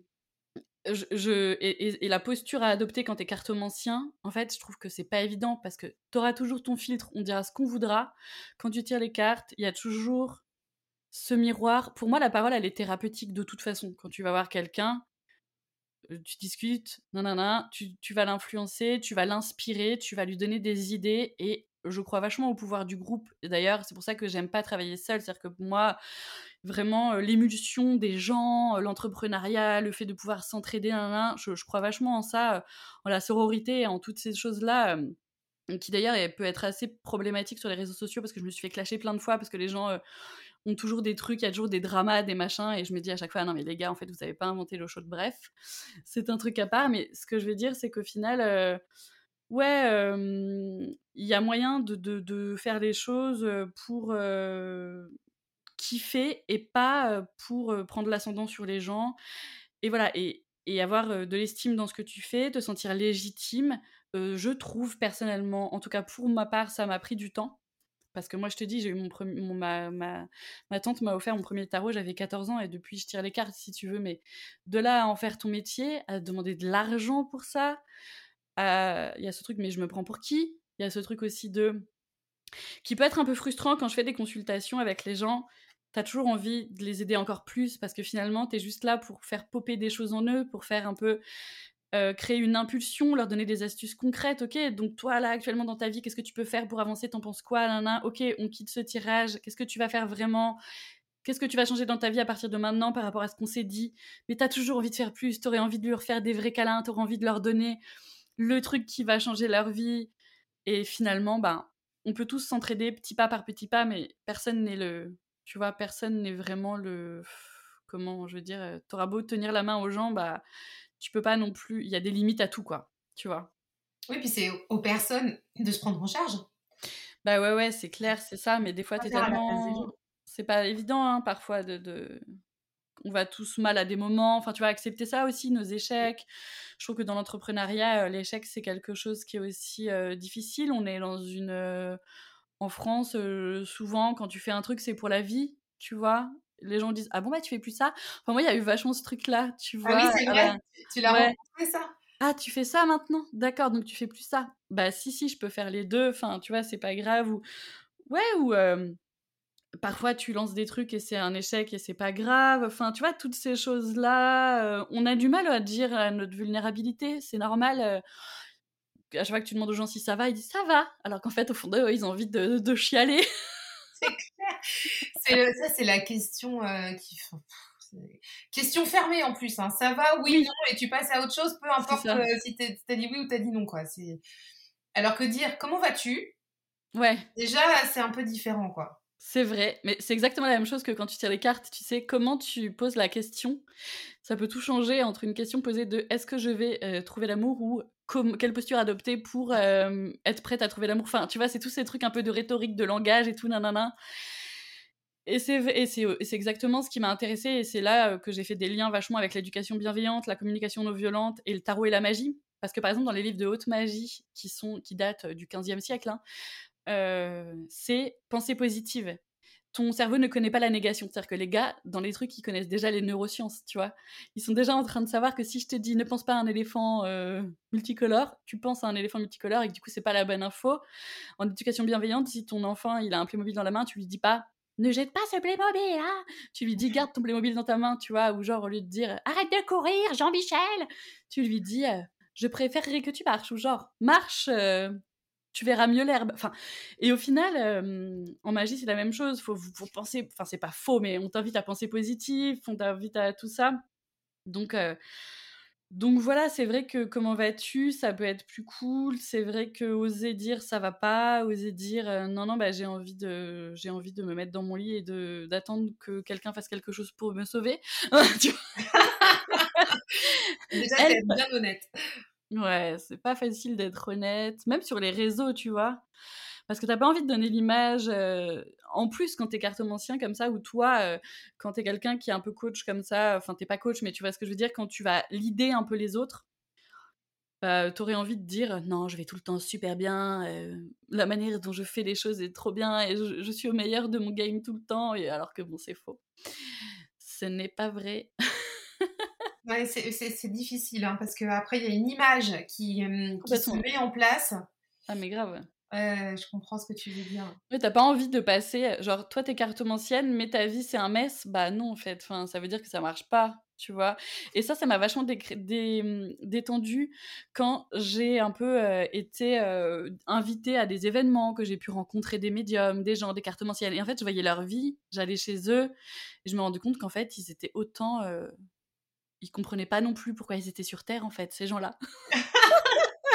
et la posture à adopter quand t'es cartomancien, en fait, je trouve que c'est pas évident parce que t'auras toujours ton filtre, on dira ce qu'on voudra. Quand tu tires les cartes, il y a toujours ce miroir. Pour moi, la parole, elle est thérapeutique de toute façon. Quand tu vas voir quelqu'un, tu discutes, nanana, tu vas l'influencer, tu vas l'inspirer, tu vas lui donner des idées, et je crois vachement au pouvoir du groupe. Et d'ailleurs, c'est pour ça que j'aime pas travailler seule. C'est-à-dire que pour moi, vraiment, l'émulsion des gens, l'entrepreneuriat, le fait de pouvoir s'entraider, nanana, je crois vachement en ça, en la sororité et en toutes ces choses-là. qui d'ailleurs peut être assez problématique sur les réseaux sociaux parce que je me suis fait clasher plein de fois parce que les gens ont toujours des trucs, il y a toujours des dramas, des machins, et je me dis à chaque fois, non mais les gars, en fait, vous avez pas inventé l'eau chaude, bref, c'est un truc à part, mais ce que je veux dire, c'est qu'au final, ouais, il y a moyen de faire les choses pour kiffer et pas pour prendre l'ascendant sur les gens. Et voilà, et avoir de l'estime dans ce que tu fais, te sentir légitime. Je trouve personnellement, en tout cas pour ma part, ça m'a pris du temps. Parce que moi, je te dis, j'ai eu ma tante m'a offert mon premier tarot, j'avais 14 ans, et depuis, je tire les cartes, si tu veux. Mais de là à en faire ton métier, à demander de l'argent pour ça, il y a ce truc, mais je me prends pour qui? Il y a ce truc aussi qui peut être un peu frustrant quand je fais des consultations avec les gens. T'as toujours envie de les aider encore plus parce que finalement, t'es juste là pour faire popper des choses en eux, pour faire un peu créer une impulsion, leur donner des astuces concrètes. Ok, donc toi là actuellement dans ta vie, qu'est-ce que tu peux faire pour avancer? T'en penses quoi? Nanana. Ok, on quitte ce tirage. Qu'est-ce que tu vas faire vraiment? Qu'est-ce que tu vas changer dans ta vie à partir de maintenant par rapport à ce qu'on s'est dit? Mais t'as toujours envie de faire plus. T'aurais envie de leur faire des vrais câlins. T'aurais envie de leur donner le truc qui va changer leur vie. Et finalement, ben, on peut tous s'entraider petit pas par petit pas, mais personne n'est tu vois, personne n'est vraiment comment je veux dire, t'auras beau tenir la main aux gens, bah, tu peux pas non plus, il y a des limites à tout, quoi, tu vois. Oui, puis c'est aux personnes de se prendre en charge. Bah ouais, ouais, c'est clair, c'est ça, mais des fois, Pas t'es faire à la place des tellement, gens. c'est pas évident, hein, parfois, on va tous mal à des moments. Enfin, tu vois, accepter ça aussi, nos échecs. Je trouve que dans l'entrepreneuriat, l'échec, c'est quelque chose qui est aussi difficile. On est en France, souvent, quand tu fais un truc, c'est pour la vie, tu vois. Les gens disent ah bon bah tu fais plus ça. Enfin moi il y a eu vachement ce truc là, tu Ah oui, vois. c'est Ah vrai? bah Tu l'as ouais. rencontré ça? Ah tu fais ça maintenant, d'accord, donc tu fais plus ça. Bah si je peux faire les deux. Enfin tu vois c'est pas grave. Ou ouais, ou parfois tu lances des trucs et c'est un échec et c'est pas grave. Enfin tu vois toutes ces choses là, on a du mal à dire notre vulnérabilité. C'est normal. À chaque fois que tu demandes aux gens si ça va, ils disent ça va, alors qu'en fait au fond d'eux ils ont envie de chialer. C'est clair. Ça, c'est la question question fermée en plus, hein. Ça va, oui, Oui, non, et tu passes à autre chose, peu c'est importe ça. si t'as dit oui ou t'as dit non, quoi. Alors que dire comment vas-tu, Ouais. déjà, c'est un peu différent, quoi. C'est vrai, mais c'est exactement la même chose que quand tu tires les cartes, tu sais, comment tu poses la question, ça peut tout changer entre une question posée de: «Est-ce que je vais, trouver l'amour?» ou quelle posture adopter pour, être prête à trouver l'amour? Enfin, tu vois, c'est tous ces trucs un peu de rhétorique, de langage et tout nanana, et c'est exactement ce qui m'a intéressée, et c'est là, que j'ai fait des liens vachement avec l'éducation bienveillante, la communication non violente et le tarot et la magie. Parce que, par exemple, dans les livres de haute magie qui datent, du 15e siècle, hein, c'est pensée positive. Ton cerveau ne connaît pas la négation. C'est-à-dire que les gars, dans les trucs, ils connaissent déjà les neurosciences, tu vois. Ils sont déjà en train de savoir que si je te dis ne pense pas à un éléphant multicolore, tu penses à un éléphant multicolore et que du coup, c'est pas la bonne info. En éducation bienveillante, si ton enfant il a un Playmobil dans la main, tu lui dis pas ne jette pas ce Playmobil, hein. Tu lui dis garde ton Playmobil dans ta main, tu vois. Ou genre, au lieu de dire arrête de courir, Jean-Michel, tu lui dis je préférerais que tu marches. Ou genre, marche, tu verras mieux l'herbe. Enfin, et au final, en magie, c'est la même chose. Faut penser, enfin, c'est pas faux, mais on t'invite à penser positif, on t'invite à tout ça. Donc, euh, donc voilà, c'est vrai que comment vas-tu, ça peut être plus cool. C'est vrai que oser dire ça va pas, oser dire non, non, bah, j'ai envie de me mettre dans mon lit et d'attendre que quelqu'un fasse quelque chose pour me sauver. Tu vois, Déjà, c'est elle, être bien honnête. ouais, c'est pas facile d'être honnête, même sur les réseaux, tu vois. Parce que t'as pas envie de donner l'image, en plus quand t'es cartomancien comme ça, ou toi, quand t'es quelqu'un qui est un peu coach comme ça, enfin t'es pas coach, mais tu vois ce que je veux dire, quand tu vas leader un peu les autres, t'aurais envie de dire non, je vais tout le temps super bien, la manière dont je fais les choses est trop bien et je suis au meilleur de mon game tout le temps, et alors que bon, c'est faux. Ce n'est pas vrai. Ouais, c'est difficile, hein, parce qu'après, il y a une image qui se Complètement. met en place. Ah mais grave. Je comprends ce que tu veux dire. Ouais, t'as pas envie de passer, genre toi t'es cartomancienne, mais ta vie c'est un mess, bah non en fait, enfin ça veut dire que ça marche pas, tu vois. Et ça m'a vachement détendue quand j'ai un peu été invitée à des événements, que j'ai pu rencontrer des médiums, des gens, des cartomanciennes. Et en fait je voyais leur vie, j'allais chez eux et je me rendais compte qu'en fait ils étaient ils comprenaient pas non plus pourquoi ils étaient sur Terre en fait, ces gens-là.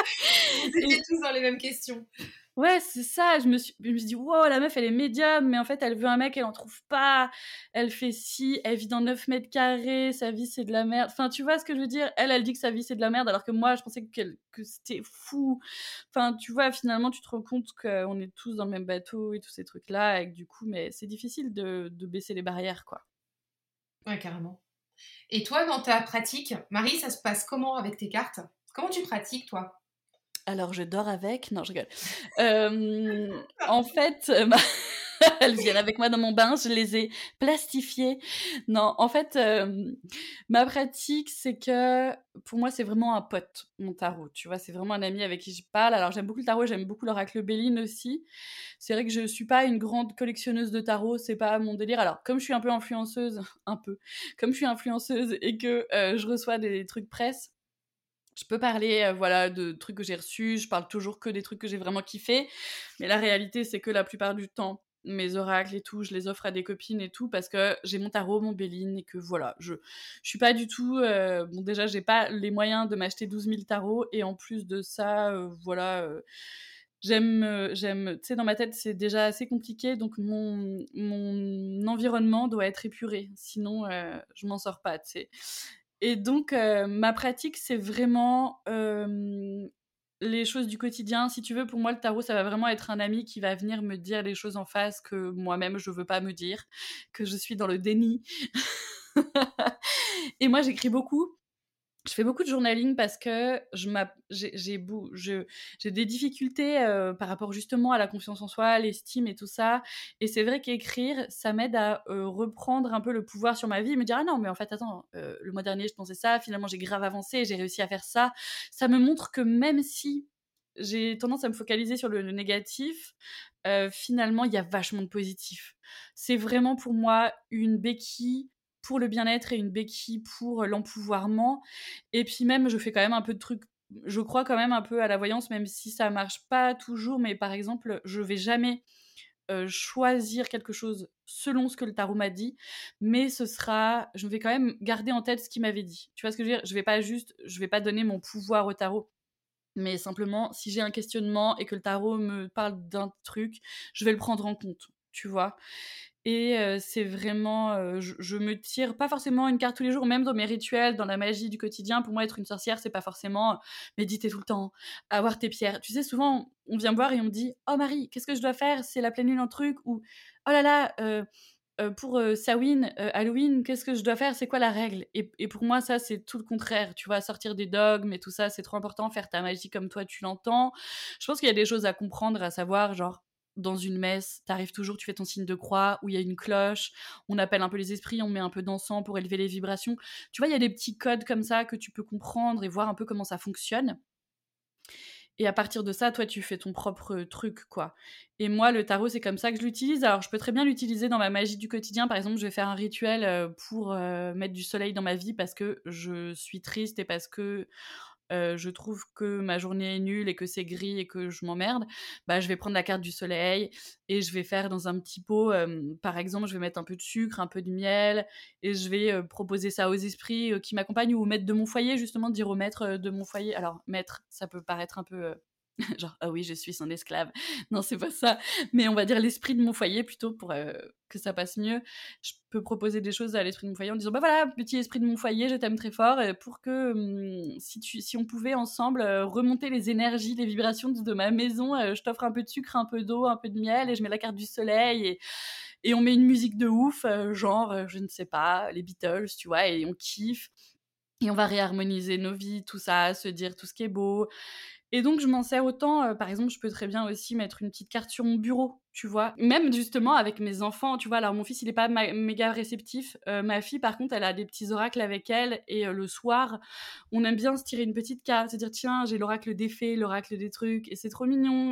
Vous Et étiez tous dans les mêmes questions. ouais, c'est ça, je me suis dit: «Wow, la meuf, elle est médium, mais en fait, elle veut un mec, elle en trouve pas. Elle fait ci, elle vit dans 9 mètres carrés, sa vie, c'est de la merde». Enfin, tu vois ce que je veux dire? Elle dit que sa vie, c'est de la merde, alors que moi, je pensais que c'était fou. Enfin, tu vois, finalement, tu te rends compte qu'on est tous dans le même bateau et tous ces trucs-là et que du coup, mais c'est difficile de baisser les barrières, quoi. Ouais, carrément. Et toi, dans ta pratique, Marie, ça se passe comment avec tes cartes? Comment tu pratiques, toi? Alors je dors avec? Non, je rigole. En fait, bah, elles viennent avec moi dans mon bain, je les ai plastifiées. Non, en fait, ma pratique, c'est que pour moi, c'est vraiment un pote, mon tarot, tu vois? C'est vraiment un ami avec qui je parle. Alors j'aime beaucoup le tarot, j'aime beaucoup l'oracle Béline aussi. C'est vrai que je suis pas une grande collectionneuse de tarot, c'est pas mon délire. Alors comme je suis un peu influenceuse, un peu, comme je suis influenceuse et que, je reçois des trucs presse, je peux parler, voilà, de trucs que j'ai reçus, je parle toujours que des trucs que j'ai vraiment kiffés, mais la réalité, c'est que la plupart du temps, mes oracles et tout, je les offre à des copines et tout parce que j'ai mon tarot, mon Béline et que voilà, je suis pas du tout, bon déjà, j'ai pas les moyens de m'acheter 12 000 tarots et en plus de ça, voilà, j'aime tu sais, dans ma tête, c'est déjà assez compliqué donc mon environnement doit être épuré, sinon, je m'en sors pas, tu sais? Et donc, ma pratique, c'est vraiment, les choses du quotidien. Si tu veux, pour moi, le tarot, ça va vraiment être un ami qui va venir me dire les choses en face que moi-même, je veux pas me dire, que je suis dans le déni. Et moi, j'écris beaucoup. Je fais beaucoup de journaling parce que j'ai des difficultés, par rapport justement à la confiance en soi, l'estime et tout ça et c'est vrai qu'écrire, ça m'aide à, reprendre un peu le pouvoir sur ma vie et me dire: «Ah non, mais en fait, attends, le mois dernier, je pensais ça, finalement, j'ai grave avancé, j'ai réussi à faire ça». Ça me montre que même si j'ai tendance à me focaliser sur le négatif, finalement, il y a vachement de positif. C'est vraiment pour moi une béquille pour le bien-être et une béquille pour, l'empouvoirment et puis même, je fais quand même un peu de trucs je crois quand même un peu à la voyance, même si ça marche pas toujours, mais par exemple, je vais jamais, choisir quelque chose selon ce que le tarot m'a dit, mais je vais quand même garder en tête ce qu'il m'avait dit. Tu vois ce que je veux dire? Je vais pas donner mon pouvoir au tarot, mais simplement, si j'ai un questionnement et que le tarot me parle d'un truc, je vais le prendre en compte, tu vois? Et c'est vraiment, je me tire pas forcément une carte tous les jours, même dans mes rituels, dans la magie du quotidien. Pour moi, être une sorcière, c'est pas forcément, méditer tout le temps, avoir tes pierres. Tu sais, souvent, on vient me voir et on me dit: «Oh Marie, qu'est-ce que je dois faire? C'est la pleine lune en truc» ou «Oh là là, pour, Samhain, Halloween, qu'est-ce que je dois faire? C'est quoi la règle?» Et pour moi, ça, c'est tout le contraire, tu vois? Sortir des dogmes et tout ça, c'est trop important, faire ta magie comme toi tu l'entends. Je pense qu'il y a des choses à comprendre, à savoir, genre, dans une messe, t'arrives toujours, tu fais ton signe de croix, où il y a une cloche, on appelle un peu les esprits, on met un peu d'encens pour élever les vibrations. Tu vois, il y a des petits codes comme ça que tu peux comprendre et voir un peu comment ça fonctionne. Et à partir de ça, toi, tu fais ton propre truc, quoi. Et moi, le tarot, c'est comme ça que je l'utilise. Alors, je peux très bien l'utiliser dans ma magie du quotidien. Par exemple, je vais faire un rituel pour mettre du soleil dans ma vie parce que je suis triste et parce que je trouve que ma journée est nulle et que c'est gris et que je m'emmerde, bah, je vais prendre la carte du soleil et je vais faire dans un petit pot, par exemple, je vais mettre un peu de sucre, un peu de miel et je vais, proposer ça aux esprits, qui m'accompagnent ou au maître de mon foyer, justement, dire au maître, de mon foyer. Alors maître, ça peut paraître un peu, genre: «Ah oui, je suis son esclave». Non, c'est pas ça, mais on va dire l'esprit de mon foyer plutôt pour, que ça passe mieux. Je peux proposer des choses à l'esprit de mon foyer en disant: «Bah, voilà, petit esprit de mon foyer, je t'aime très fort, pour que, si on pouvait ensemble, remonter les énergies, les vibrations de ma maison, je t'offre un peu de sucre, un peu d'eau, un peu de miel et je mets la carte du soleil et on met une musique de ouf, genre, je ne sais pas, les Beatles, tu vois? Et on kiffe et on va réharmoniser nos vies, tout ça, se dire tout ce qui est beau». Et donc je m'en sers autant, par exemple, je peux très bien aussi mettre une petite carte sur mon bureau, tu vois? Même justement avec mes enfants, tu vois? Alors mon fils, il est pas méga réceptif, ma fille par contre, elle a des petits oracles avec elle et le soir, on aime bien se tirer une petite carte, se dire: «Tiens, j'ai l'oracle des fées, l'oracle des trucs» et c'est trop mignon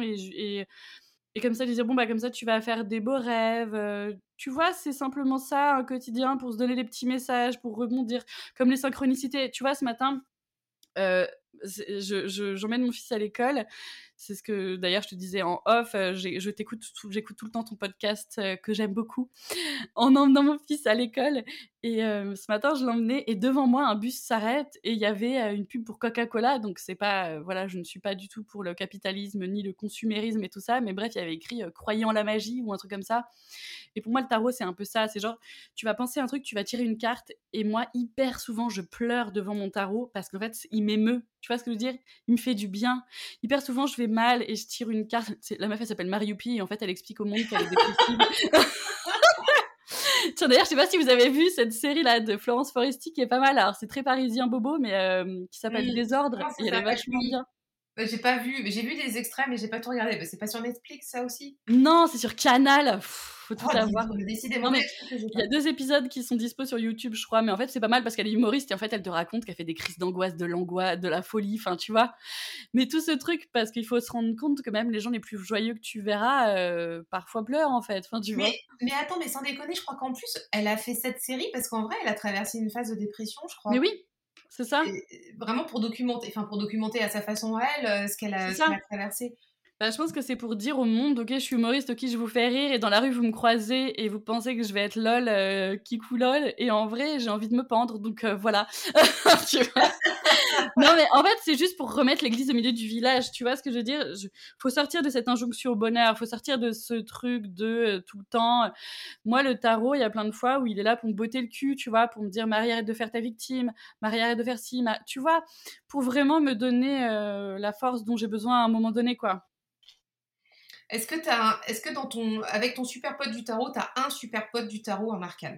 et comme ça, lui dire: «Bon, bah, comme ça, tu vas faire des beaux rêves», tu vois? C'est simplement ça, un quotidien pour se donner des petits messages, pour rebondir. Comme les synchronicités, tu vois? Ce matin, Heu, j'emmène mon fils à l'école. C'est ce que d'ailleurs je te disais en off, j'écoute tout le temps ton podcast que j'aime beaucoup en emmenant mon fils à l'école. Et ce matin, je l'emmenais et devant moi, un bus s'arrête et il y avait une pub pour Coca-Cola. Donc, c'est pas, voilà, je ne suis pas du tout pour le capitalisme ni le consumérisme et tout ça. Mais bref, il y avait écrit croyez en la magie ou un truc comme ça. Et pour moi, le tarot, c'est un peu ça. C'est genre, tu vas penser un truc, tu vas tirer une carte. Et moi, hyper souvent, je pleure devant mon tarot parce qu'en fait, il m'émeut. Tu vois ce que je veux dire? Il me fait du bien. Hyper souvent, je vais mal et je tire une carte. La meuf, elle s'appelle Marioupi et en fait, elle explique au monde qu'elle est dépressive. Tiens, d'ailleurs, je sais pas si vous avez vu cette série-là de Florence Foresti qui est pas mal. Alors, c'est très parisien bobo, mais qui s'appelle Désordre. Comment ça Et elle est s'appelle? vachement Oui. bien. J'ai pas vu, mais j'ai vu des extraits, mais j'ai pas tout regardé. C'est pas sur Netflix, ça aussi? Non, c'est sur Canal. Faut tout Oh, dis avoir. donc, décidément Non, mais des trucs que j'ai il y pas. a 2 épisodes qui sont dispo sur YouTube, je crois. Mais en fait, c'est pas mal parce qu'elle est humoriste et en fait, elle te raconte qu'elle fait des crises d'angoisse, de l'angoisse, de la folie, enfin, tu vois. Mais tout ce truc, parce qu'il faut se rendre compte que même les gens les plus joyeux que tu verras, parfois pleurent, en fait. Enfin, tu vois. Mais attends, mais sans déconner, je crois qu'en plus, elle a fait cette série parce qu'en vrai, elle a traversé une phase de dépression, je Mais crois. oui, c'est ça. Vraiment pour documenter à sa façon à elle C'est ce qu'elle ça. a traversé. Bah, je pense que c'est pour dire au monde, ok, je suis humoriste, ok, je vous fais rire, et dans la rue, vous me croisez et vous pensez que je vais être lol, kikou lol, et en vrai, j'ai envie de me pendre, donc voilà. Tu vois. Non, mais en fait, c'est juste pour remettre l'église au milieu du village, tu vois ce que je veux dire? Faut sortir de cette injonction au bonheur, faut sortir de ce truc de tout le temps. Moi, le tarot, il y a plein de fois où il est là pour me botter le cul, tu vois, pour me dire Marie, arrête de faire ta victime, Marie, arrête de faire ci, tu vois, pour vraiment me donner la force dont j'ai besoin à un moment donné, quoi. Est-ce que avec ton super pote du tarot, t'as un super pote du tarot en arcane?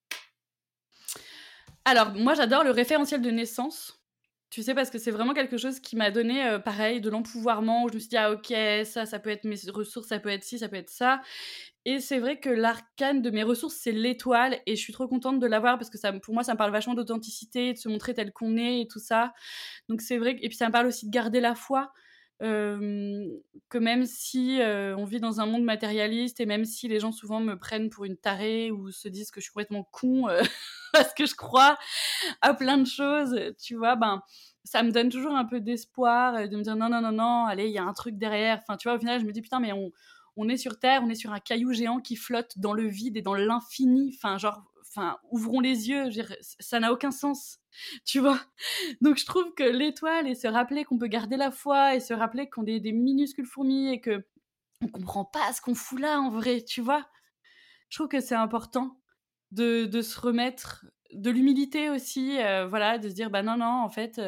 Alors, moi, j'adore le référentiel de naissance. Tu sais, parce que c'est vraiment quelque chose qui m'a donné, pareil, de l'empouvoirment, où je me suis dit: «Ah OK, ça peut être mes ressources, ça peut être ci, ça peut être ça». Et c'est vrai que l'arcane de mes ressources, c'est l'étoile et je suis trop contente de l'avoir parce que pour moi, ça me parle vachement d'authenticité, de se montrer tel qu'on est et tout ça. Donc c'est vrai et puis ça me parle aussi de garder la foi, hem, que même si, on vit dans un monde matérialiste et même si les gens souvent me prennent pour une tarée ou se disent que je suis complètement con, parce que je crois à plein de choses, tu vois? Ben, ça me donne toujours un peu d'espoir, de me dire: «Non, non, non, non, allez, il y a un truc derrière». Enfin, tu vois, au final, je me dis: «Putain, mais on est sur terre, on est sur un caillou géant qui flotte dans le vide et dans l'infini». Enfin, genre, ouvrons les yeux, je veux dire, ça n'a aucun sens, tu vois? Donc je trouve que l'étoile et se rappeler qu'on peut garder la foi et se rappeler qu'on est des minuscules fourmis et qu'on comprend pas ce qu'on fout là, en vrai, tu vois? Je trouve que c'est important de se remettre de l'humilité aussi, voilà, de se dire: «Bah, non, non, en fait,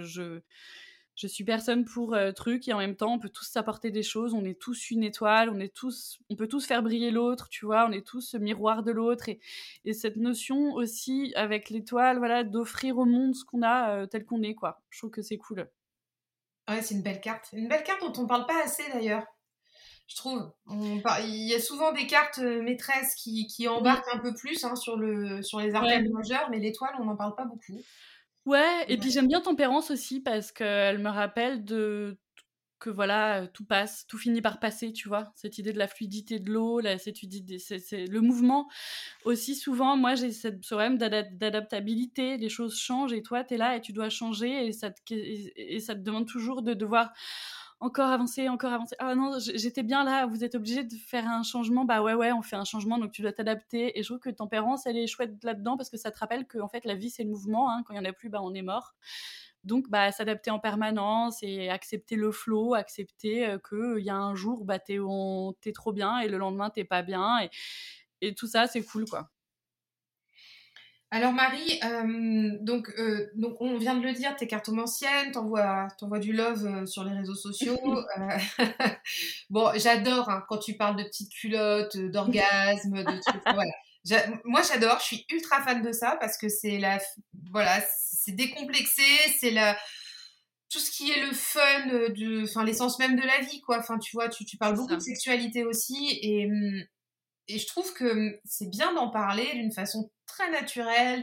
je suis personne pour, truc et en même temps, on peut tous s'apporter des choses. On est tous une étoile, on peut tous faire briller l'autre», tu vois? On est tous miroir de l'autre et cette notion aussi avec l'étoile, voilà, d'offrir au monde ce qu'on a, tel qu'on est, quoi. Je trouve que c'est cool. Ouais, c'est une belle carte. Une belle carte dont on parle pas assez d'ailleurs, je trouve. Il y a souvent des cartes maîtresses qui Mmh, embarquent un peu plus hein, sur les ouais. arcanes majeures, mais l'étoile, on n'en parle pas beaucoup. Ouais et puis Ouais. j'aime bien Tempérance aussi parce qu'elle me rappelle que voilà, tout passe, tout finit par passer, tu vois? Cette idée de la fluidité de l'eau, là, cette idée c'est le mouvement aussi souvent, moi j'ai ce problème d'adaptabilité, les choses changent et toi tu es là et tu dois changer et ça te demande toujours de devoir encore avancer, encore avancer. «Ah non, j'étais bien là, vous êtes obligé de faire un changement». Bah ouais, ouais, on fait un changement donc tu dois t'adapter et je trouve que Tempérance, elle est chouette là-dedans parce que ça te rappelle qu'en fait la vie c'est le mouvement, hein, quand il y en a plus, bah on est mort. Donc bah s'adapter en permanence et accepter le flow, accepter, qu'il y a un jour, bah tu trop bien et le lendemain tu pas bien et tout ça, c'est cool, quoi. Alors Marie, donc on vient de le dire, t'es cartomancienne, t'envoies du love sur les réseaux sociaux. Bon, j'adore hein, quand tu parles de petites culottes, d'orgasmes, de trucs. Voilà. Moi j'adore, je suis ultra fan de ça parce que voilà, c'est décomplexé, c'est la tout ce qui est le fun enfin l'essence même de la vie quoi. Enfin tu vois, tu parles C'est beaucoup de ça. sexualité aussi et je trouve que c'est bien d'en parler d'une façon très naturelle,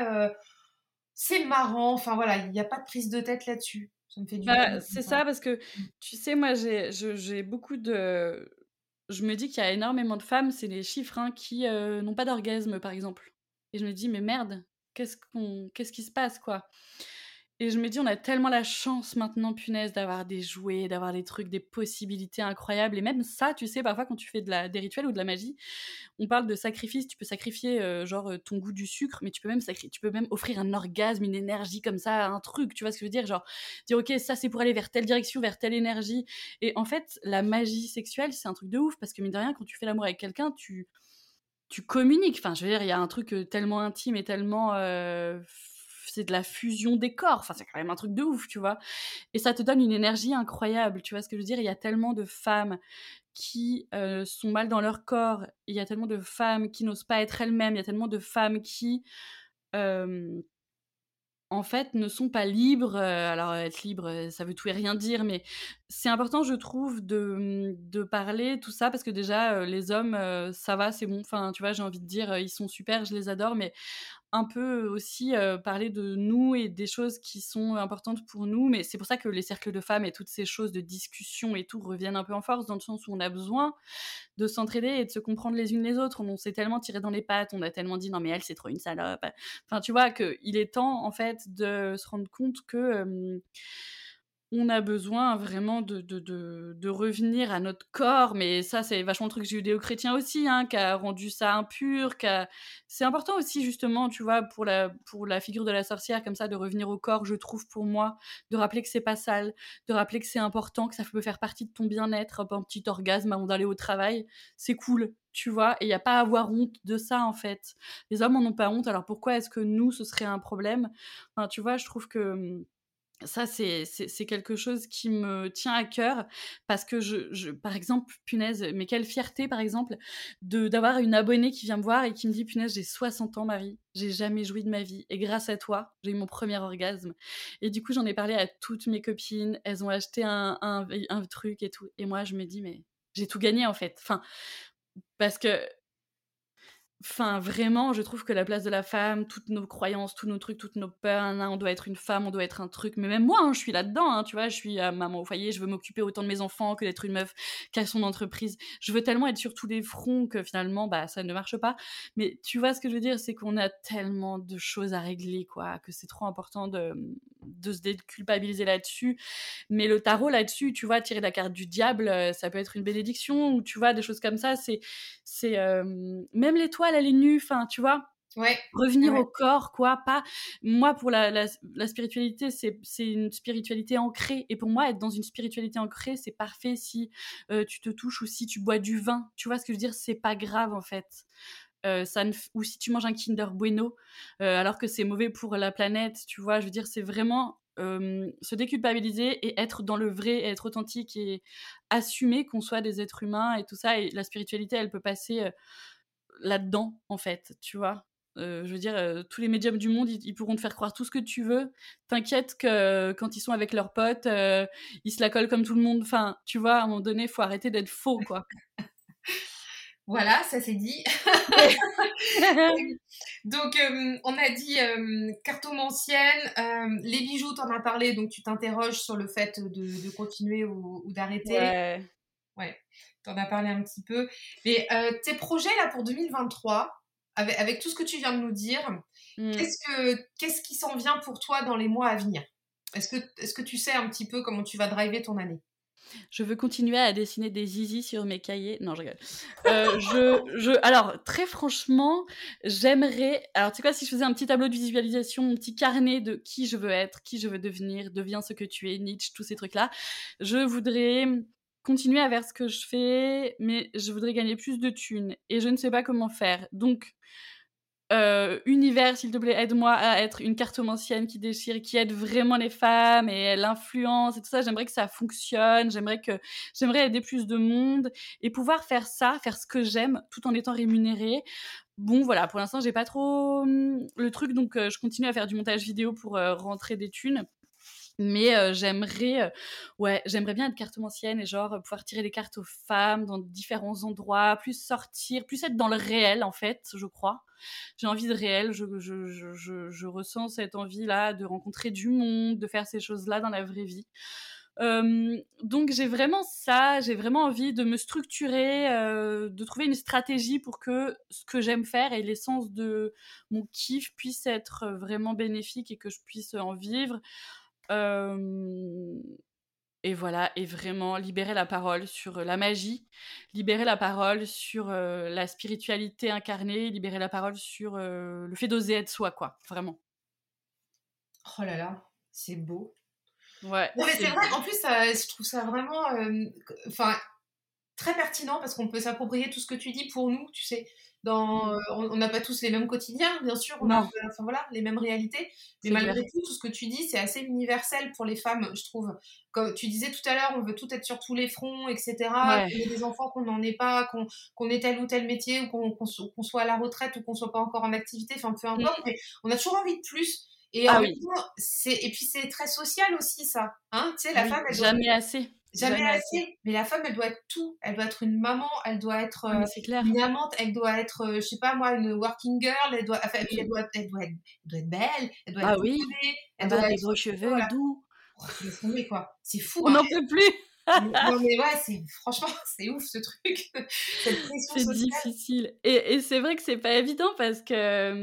c'est marrant, enfin voilà, il n'y a pas de prise de tête là-dessus. Ça me fait du bien. Bah, c'est ça parce que, tu sais, moi, j'ai beaucoup de je me dis qu'il y a énormément de femmes, c'est les chiffres, hein, qui, n'ont pas d'orgasme, par exemple et je me dis: «Mais merde, qu'est-ce qui se passe, quoi?» Et je me dis: «On a tellement la chance maintenant, punaise, d'avoir des jouets, d'avoir des trucs, des possibilités incroyables» et même ça, tu sais, parfois quand tu fais des rituels ou de la magie, on parle de sacrifice, tu peux sacrifier, ton goût du sucre, mais tu peux même offrir un orgasme, une énergie comme ça, un truc, tu vois ce que je veux dire? Genre, dire: «OK, ça c'est pour aller vers telle direction, vers telle énergie» et en fait, la magie sexuelle, c'est un truc de ouf parce que mine de rien, quand tu fais l'amour avec quelqu'un, tu communiques. Enfin, je veux dire, il y a un truc, tellement intime et tellement, c'est de la fusion des corps. Enfin, c'est quand même un truc de ouf, tu vois? Et ça te donne une énergie incroyable, tu vois ce que je veux dire? Il y a tellement de femmes qui, sont mal dans leur corps. Il y a tellement de femmes qui n'osent pas être elles-mêmes. Il y a tellement de femmes qui, hem en fait, ne sont pas libres, alors être libre, ça veut tout et rien dire, mais c'est important, je trouve, de parler tout ça parce que déjà, les hommes, ça va, c'est bon. Enfin, tu vois, j'ai envie de dire, ils sont super, je les adore, mais un peu aussi, parler de nous et des choses qui sont importantes pour nous. Mais c'est pour ça que les cercles de femmes et toutes ces choses de discussion et tout reviennent un peu en force, dans le sens où on a besoin de s'entraider et de se comprendre les unes les autres. On s'est tellement tiré dans les pattes, on a tellement dit: «Non mais elle, c'est trop une salope». Enfin, tu vois qu'il est temps, en fait, de se rendre compte que, on a besoin vraiment de revenir à notre corps, mais ça, c'est vachement le truc judéo-chrétien aussi, hein, qui a rendu ça impur, qui a c'est important aussi justement, tu vois, pour la figure de la sorcière comme ça, de revenir au corps, je trouve, pour moi, de rappeler que c'est pas sale, de rappeler que c'est important, que ça peut faire partie de ton bien-être, hop, un petit orgasme avant d'aller au travail, c'est cool, tu vois? Et il y a pas à avoir honte de ça, en fait. Les hommes en ont pas honte, alors pourquoi est-ce que nous, ce serait un problème? Enfin, tu vois, je trouve que, ça, c'est quelque chose qui me tient à cœur parce que par exemple, punaise, mais quelle fierté, par exemple, d'avoir une abonnée qui vient me voir et qui me dit: «Punaise, j'ai 60 ans Marie, j'ai jamais joui de ma vie et grâce à toi, j'ai eu mon premier orgasme» et du coup, j'en ai parlé à toutes mes copines, elles ont acheté un truc et tout et moi, je me dis: «Mais j'ai tout gagné, en fait». Parce que Enfin, vraiment, je trouve que la place de la femme, toutes nos croyances, tous nos trucs, toutes nos peurs, nin nin, on doit être une femme, on doit être un truc. Mais même moi, hein, je suis là-dedans, hein, tu vois, je suis, maman au foyer, je veux m'occuper autant de mes enfants que d'être une meuf qui a son entreprise. Je veux tellement être sur tous les fronts que finalement, bah, ça ne marche pas. Mais tu vois ce que je veux dire? C'est qu'on a tellement de choses à régler, quoi, que c'est trop important de se déculpabiliser là-dessus. Mais le tarot là-dessus, tu vois, tirer la carte du diable, ça peut être une bénédiction ou tu vois, des choses comme ça, même l'étoile, elle est nue, enfin, tu vois? Ouais, Revenir ouais. au corps, quoi, pas moi, pour la spiritualité, c'est une spiritualité ancrée et pour moi, être dans une spiritualité ancrée, c'est parfait si, tu te touches ou si tu bois du vin. Tu vois ce que je veux dire? C'est pas grave, en fait. Ça ne f Ou si tu manges un Kinder Bueno, alors que c'est mauvais pour la planète, tu vois? Je veux dire, c'est vraiment, se déculpabiliser et être dans le vrai et être authentique et assumer qu'on soit des êtres humains et tout ça et la spiritualité, elle peut passer, là-dedans, en fait, tu vois? Je veux dire, tous les médiums du monde, ils pourront te faire croire tout ce que tu veux. T'inquiète que quand ils sont avec leurs potes, ils se la collent comme tout le monde. Enfin, tu vois, à un moment donné, faut arrêter d'être faux, quoi. Voilà, ça c'est dit. Donc, on a dit cartomancienne, les bijoux, t'en as parlé, donc tu t'interroges sur le fait de continuer ou d'arrêter. Ouais. Ouais, t'en as parlé un petit peu. Mais tes projets là pour 2023, avec tout ce que tu viens de nous dire, Mmh. qu'est-ce qui s'en vient pour toi dans les mois à venir? Est-ce que tu sais un petit peu comment tu vas driver ton année? Je veux continuer à dessiner des zizis sur mes cahiers. Non, je rigole. Alors, très franchement, j'aimerais. Alors, tu sais quoi, si je faisais un petit tableau de visualisation, un petit carnet de qui je veux être, qui je veux devenir, deviens ce que tu es, Nietzsche, tous ces trucs-là, je voudrais continuer à faire ce que je fais, mais je voudrais gagner plus de thunes et je ne sais pas comment faire. Donc, univers, s'il te plaît, aide-moi à être une cartomancienne qui déchire, qui aide vraiment les femmes et l'influence et tout ça. J'aimerais que ça fonctionne, j'aimerais aider plus de monde et pouvoir faire ça, faire ce que j'aime, tout en étant rémunérée. Bon, voilà, pour l'instant, j'ai pas trop, le truc, donc je continue à faire du montage vidéo pour, rentrer des thunes. Mais ouais, j'aimerais bien être cartomancienne et genre, pouvoir tirer les cartes aux femmes dans différents endroits, plus sortir, plus être dans le réel, en fait, je crois. J'ai envie de réel, je ressens cette envie-là de rencontrer du monde, de faire ces choses-là dans la vraie vie. Donc j'ai vraiment ça, j'ai vraiment envie de me structurer, de trouver une stratégie pour que ce que j'aime faire et l'essence de mon kiff puisse être vraiment bénéfique et que je puisse en vivre. Hem et voilà, et vraiment libérer la parole sur la magie, libérer la parole sur la spiritualité incarnée, libérer la parole sur le fait d'oser être soi, quoi, vraiment. Oh là là, c'est beau. Ouais, Non, mais c'est c'est vrai, beau. en plus, je trouve ça vraiment, enfin, très pertinent parce qu'on peut s'approprier tout ce que tu dis pour nous, tu sais. Mmh. On n'a pas tous les mêmes quotidiens, bien sûr, on a Non, enfin, voilà, les mêmes réalités, mais c'est clair. malgré tout, tout ce que tu dis, c'est assez universel pour les femmes, je trouve. Comme tu disais tout à l'heure, on veut tout être sur tous les fronts, etc. Ouais. Qu'on ait des enfants, qu'on n'en ait pas, qu'on ait tel ou tel métier, ou qu'on soit à la retraite, ou qu'on soit pas encore en activité, enfin peu importe, Mmh. mais on a toujours envie de plus. Et en Ah même oui, temps, et puis c'est très social aussi, ça. Hein, tu sais, la oui, femme, elle doit jamais assez, jamais jamais assez. assez, mais la femme, elle doit être tout. Elle doit être une maman, elle doit être Ah mais c'est clair. une amante, elle doit être, je sais pas moi, une working girl, elle doit, enfin, et puis Mmh. elle doit être belle, elle doit être Bah oui, posée, elle doit avoir des être, gros cheveux voilà. doux. Oh, laisse tomber, quoi. C'est fou, On hein. n'en peut plus. Non, mais ouais, franchement, c'est ouf ce truc. Cette pression C'est sociale. difficile et c'est vrai que c'est pas évident parce que,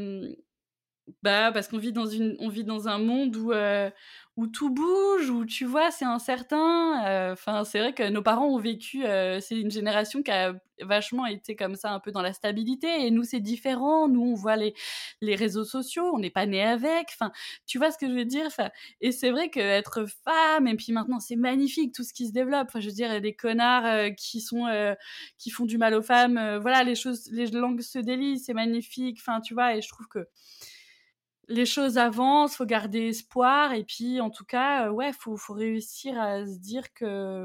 bah, parce qu'on vit on vit dans un monde où tout bouge, où tu vois, c'est incertain, enfin, c'est vrai que nos parents ont vécu, c'est une génération qui a vachement été comme ça, un peu dans la stabilité et nous, c'est différent. Nous, on voit les réseaux sociaux, on n'est pas nés avec, enfin, tu vois ce que je veux dire? Enfin et c'est vrai qu'être femme et puis maintenant, c'est magnifique tout ce qui se développe. Enfin, je veux dire, il y a des connards, qui font du mal aux femmes, voilà, les langues se délient, c'est magnifique, enfin, tu vois? Et je trouve que les choses avancent, faut garder espoir et puis en tout cas, ouais, faut réussir à se dire que,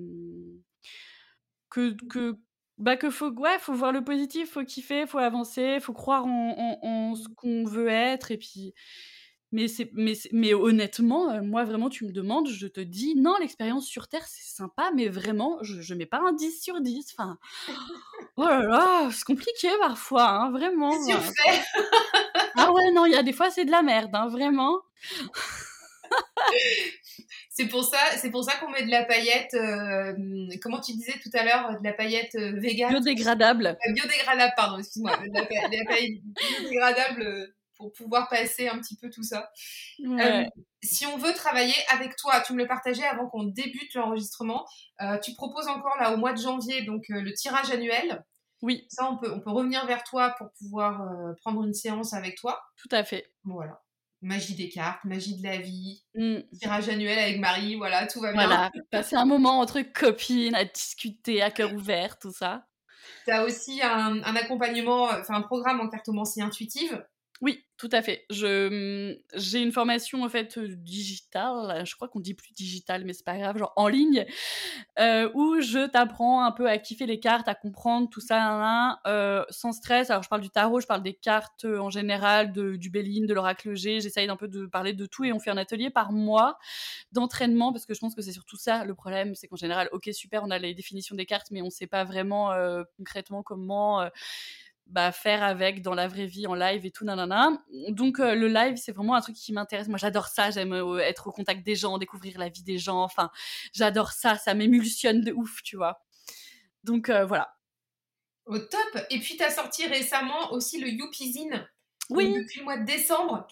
que faut ouais, faut voir le positif, faut kiffer, faut avancer, faut croire en ce qu'on veut être et puis mais honnêtement, moi vraiment tu me demandes, je te dis: «Non, l'expérience sur terre, c'est sympa», mais vraiment je mets pas un 10 sur 10, enfin, oh là là, c'est compliqué parfois, hein, vraiment, C'est surfait. ah ouais, non, il y a des fois, c'est de la merde, hein, vraiment. C'est pour ça qu'on met de la paillette, comment tu disais tout à l'heure, de la paillette vegan. Biodégradable. Biodégradable, pardon, excuse-moi. De la paille biodégradable pour pouvoir passer un petit peu tout ça. Euh, Ouais. Si on veut travailler avec toi, tu me le partageais avant qu'on débute l'enregistrement, tu proposes encore là au mois de janvier donc le tirage annuel. Oui, Ça, on peut revenir vers toi pour pouvoir prendre une séance avec toi. tout à fait. Voilà. Magie des cartes, magie de la vie, Mmh. tirage annuel avec Marie, voilà, tout va bien. Voilà, passer un moment entre copines, à discuter à cœur ouvert, tout ça. Tu as aussi un accompagnement, enfin un programme en cartomancie intuitive. Oui, tout à fait. J'ai une formation, en fait, digitale, je crois qu'on dit plus digitale, mais c'est pas grave, genre en ligne, où je t'apprends un peu à kiffer les cartes, à comprendre tout ça, nin nin, sans stress. Alors je parle du tarot, je parle des cartes, en général, du Béline, de l'oracle G. J'essaye d'un peu de parler de tout et on fait un atelier par mois d'entraînement parce que je pense que c'est surtout ça le problème, c'est qu'en général, OK, super, on a les définitions des cartes, mais on sait pas vraiment, concrètement comment, bah, faire avec dans la vraie vie, en live et tout, nanana. Donc le live, c'est vraiment un truc qui m'intéresse. Moi, j'adore ça, j'aime, être au contact des gens, découvrir la vie des gens, enfin, j'adore ça, ça m'émulsionne de ouf, tu vois? Donc voilà. Au top. Et puis, tu as sorti récemment aussi le Youpizine. Donc, Oui! depuis le mois de décembre.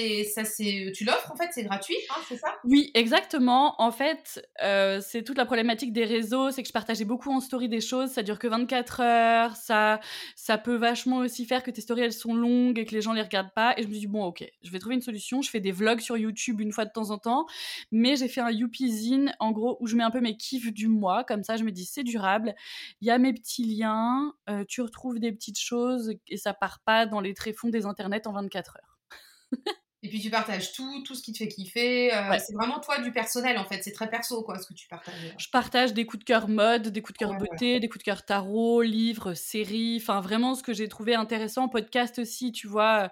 Tu l'offres en fait, c'est gratuit, hein, c'est ça? Oui, exactement. En fait, c'est toute la problématique des réseaux, c'est que je partageais beaucoup en story des choses, ça dure que 24 heures, ça peut vachement aussi faire que tes stories, elles sont longues et que les gens les regardent pas et je me suis dit: «Bon, OK, je vais trouver une solution». Je fais des vlogs sur YouTube une fois de temps en temps, mais j'ai fait un Youpizine, en gros, où je mets un peu mes kiffs du mois, comme ça je me dis: «C'est durable». Il y a mes petits liens, tu retrouves des petites choses et ça part pas dans les tréfonds des internets en 24 heures. Et puis, tu partages tout ce qui te fait kiffer. Ouais. C'est vraiment toi du personnel en fait. C'est très perso quoi, ce que tu partages. Je partage des coups de cœur mode, des coups de cœur Ouais, voilà. beauté, des coups de cœur tarot, livres, séries, enfin vraiment ce que j'ai trouvé intéressant, podcast aussi, tu vois?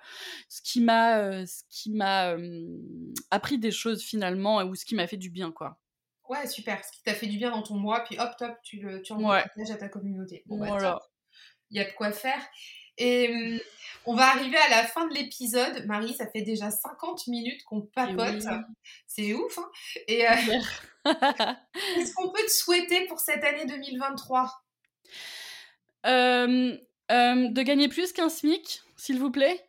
Appris des choses finalement ou ce qui m'a fait du bien, quoi. Ouais, super. Ce qui t'a fait du bien dans ton mois, puis hop, top, tu le Ouais, repartages à ta communauté. Bon, bah, top. voilà. Il y a de quoi faire. Et on va arriver à la fin de l'épisode. Marie, ça fait déjà 50 minutes qu'on papote. Oui. C'est ouf, hein. Et qu'est-ce qu'on peut te souhaiter pour cette année 2023 ? De gagner plus qu'un SMIC, s'il vous plaît.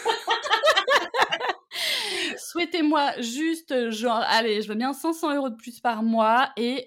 Souhaitez-moi juste, genre, allez, je veux bien 500 € de plus par mois et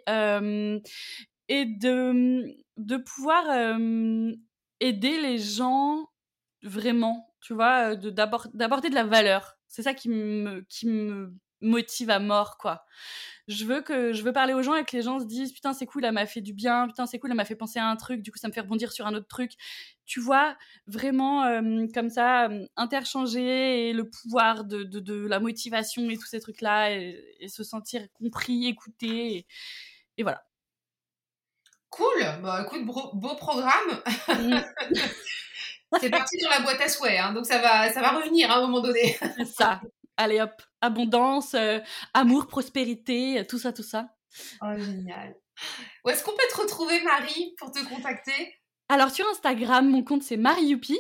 de pouvoir aider les gens vraiment, tu vois, d'apporter de la valeur. C'est ça qui me motive à mort, quoi. Je veux parler aux gens et que les gens se disent putain c'est cool, elle m'a fait du bien, putain c'est cool, elle m'a fait penser à un truc, du coup ça me fait rebondir sur un autre truc. Tu vois, vraiment comme ça, interchanger et le pouvoir de la motivation et tous ces trucs-là et se sentir compris, écouté et voilà. Cool, bah écoute, beau programme. C'est parti dans la boîte à souhaits, hein, donc ça va revenir à un moment donné. C'est ça. Allez hop, abondance, amour, prospérité, tout ça, tout ça. Oh génial. Où est-ce qu'on peut te retrouver, Marie, pour te contacter ? Alors sur Instagram, mon compte c'est MarieYoupi.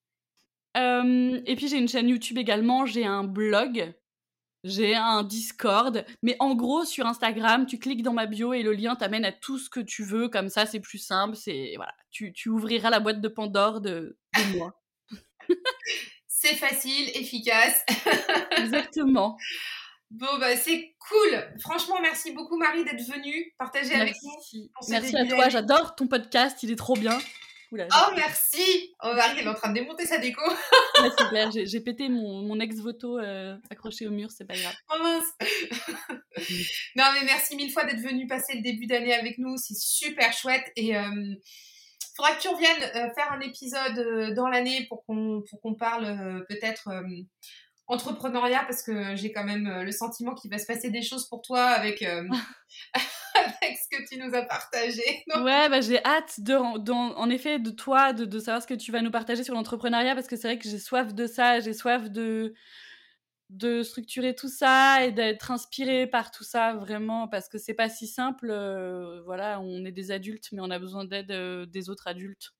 Et puis j'ai une chaîne YouTube également, j'ai un blog, j'ai un Discord, mais en gros sur Instagram, tu cliques dans ma bio et le lien t'amène à tout ce que tu veux, comme ça c'est plus simple, c'est voilà, tu ouvriras la boîte de Pandore de moi. C'est facile, efficace. Exactement. Bon, bah c'est cool. Franchement, merci beaucoup, Marie, d'être venue partager avec nous. Merci à toi, j'adore ton podcast, il est trop bien. Oula, oh, merci. Oh, Marie, elle est en train de démonter sa déco. Ouais, c'est clair, j'ai pété mon ex-voto accroché au mur, c'est pas grave. Oh mince. Non, mais merci mille fois d'être venue passer le début d'année avec nous. C'est super chouette. Et faudra que tu reviennes faire un épisode dans l'année pour qu'on parle peut-être entrepreneuriat, parce que j'ai quand même le sentiment qu'il va se passer des choses pour toi avec ce que tu nous as partagé. Donc... Ouais, bah j'ai hâte en effet de toi, de savoir ce que tu vas nous partager sur l'entrepreneuriat, parce que c'est vrai que j'ai soif de ça, j'ai soif de structurer tout ça et d'être inspirée par tout ça, vraiment, parce que c'est pas si simple. Voilà, on est des adultes, mais on a besoin d'aide des autres adultes.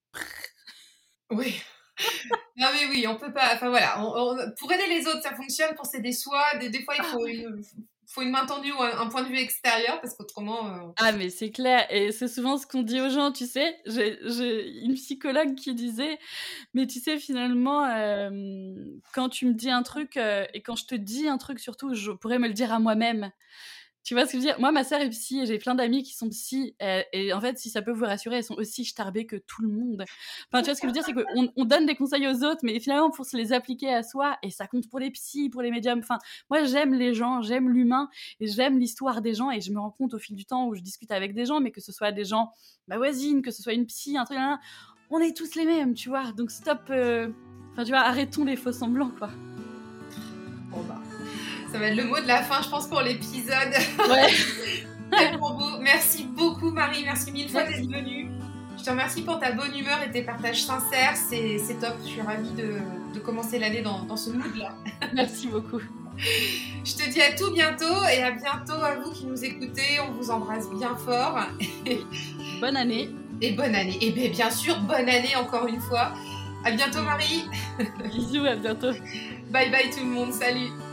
Oui. Non mais oui, on peut pas. Enfin voilà, pour aider les autres, ça fonctionne. Pour s'aider soi, des fois il faut une main tendue ou un point de vue extérieur, parce qu'autrement. Ah mais c'est clair, et c'est souvent ce qu'on dit aux gens, tu sais. J'ai une psychologue qui disait, mais tu sais finalement, quand tu me dis un truc et quand je te dis un truc surtout, je pourrais me le dire à moi-même. Tu vois ce que je veux dire ? Moi, ma sœur est psy et j'ai plein d'amis qui sont psy. Et en fait, si ça peut vous rassurer, elles sont aussi starbées que tout le monde. Enfin, tu vois ce que je veux dire ? C'est qu'on donne des conseils aux autres, mais finalement, pour se les appliquer à soi, et ça compte pour les psys, pour les médiums. Enfin, moi, j'aime les gens, j'aime l'humain et j'aime l'histoire des gens. Et je me rends compte au fil du temps où je discute avec des gens, mais que ce soit des gens, ma voisine, que ce soit une psy, un truc, on est tous les mêmes, tu vois. Donc, stop. Enfin, tu vois, arrêtons les faux semblants, quoi. Bon, bah. Ça va être le mot de la fin, je pense, pour l'épisode. Ouais. Tellement beau. Merci beaucoup, Marie. Merci mille fois d'être venue. Je te remercie pour ta bonne humeur et tes partages sincères. C'est top. Je suis ravie de commencer l'année dans ce mood-là. Merci beaucoup. Je te dis à tout bientôt et à bientôt à vous qui nous écoutez. On vous embrasse bien fort. Bonne année. Et bonne année. Et bien sûr, bonne année encore une fois. À bientôt, Marie. Bisous, à bientôt. Bye bye tout le monde. Salut.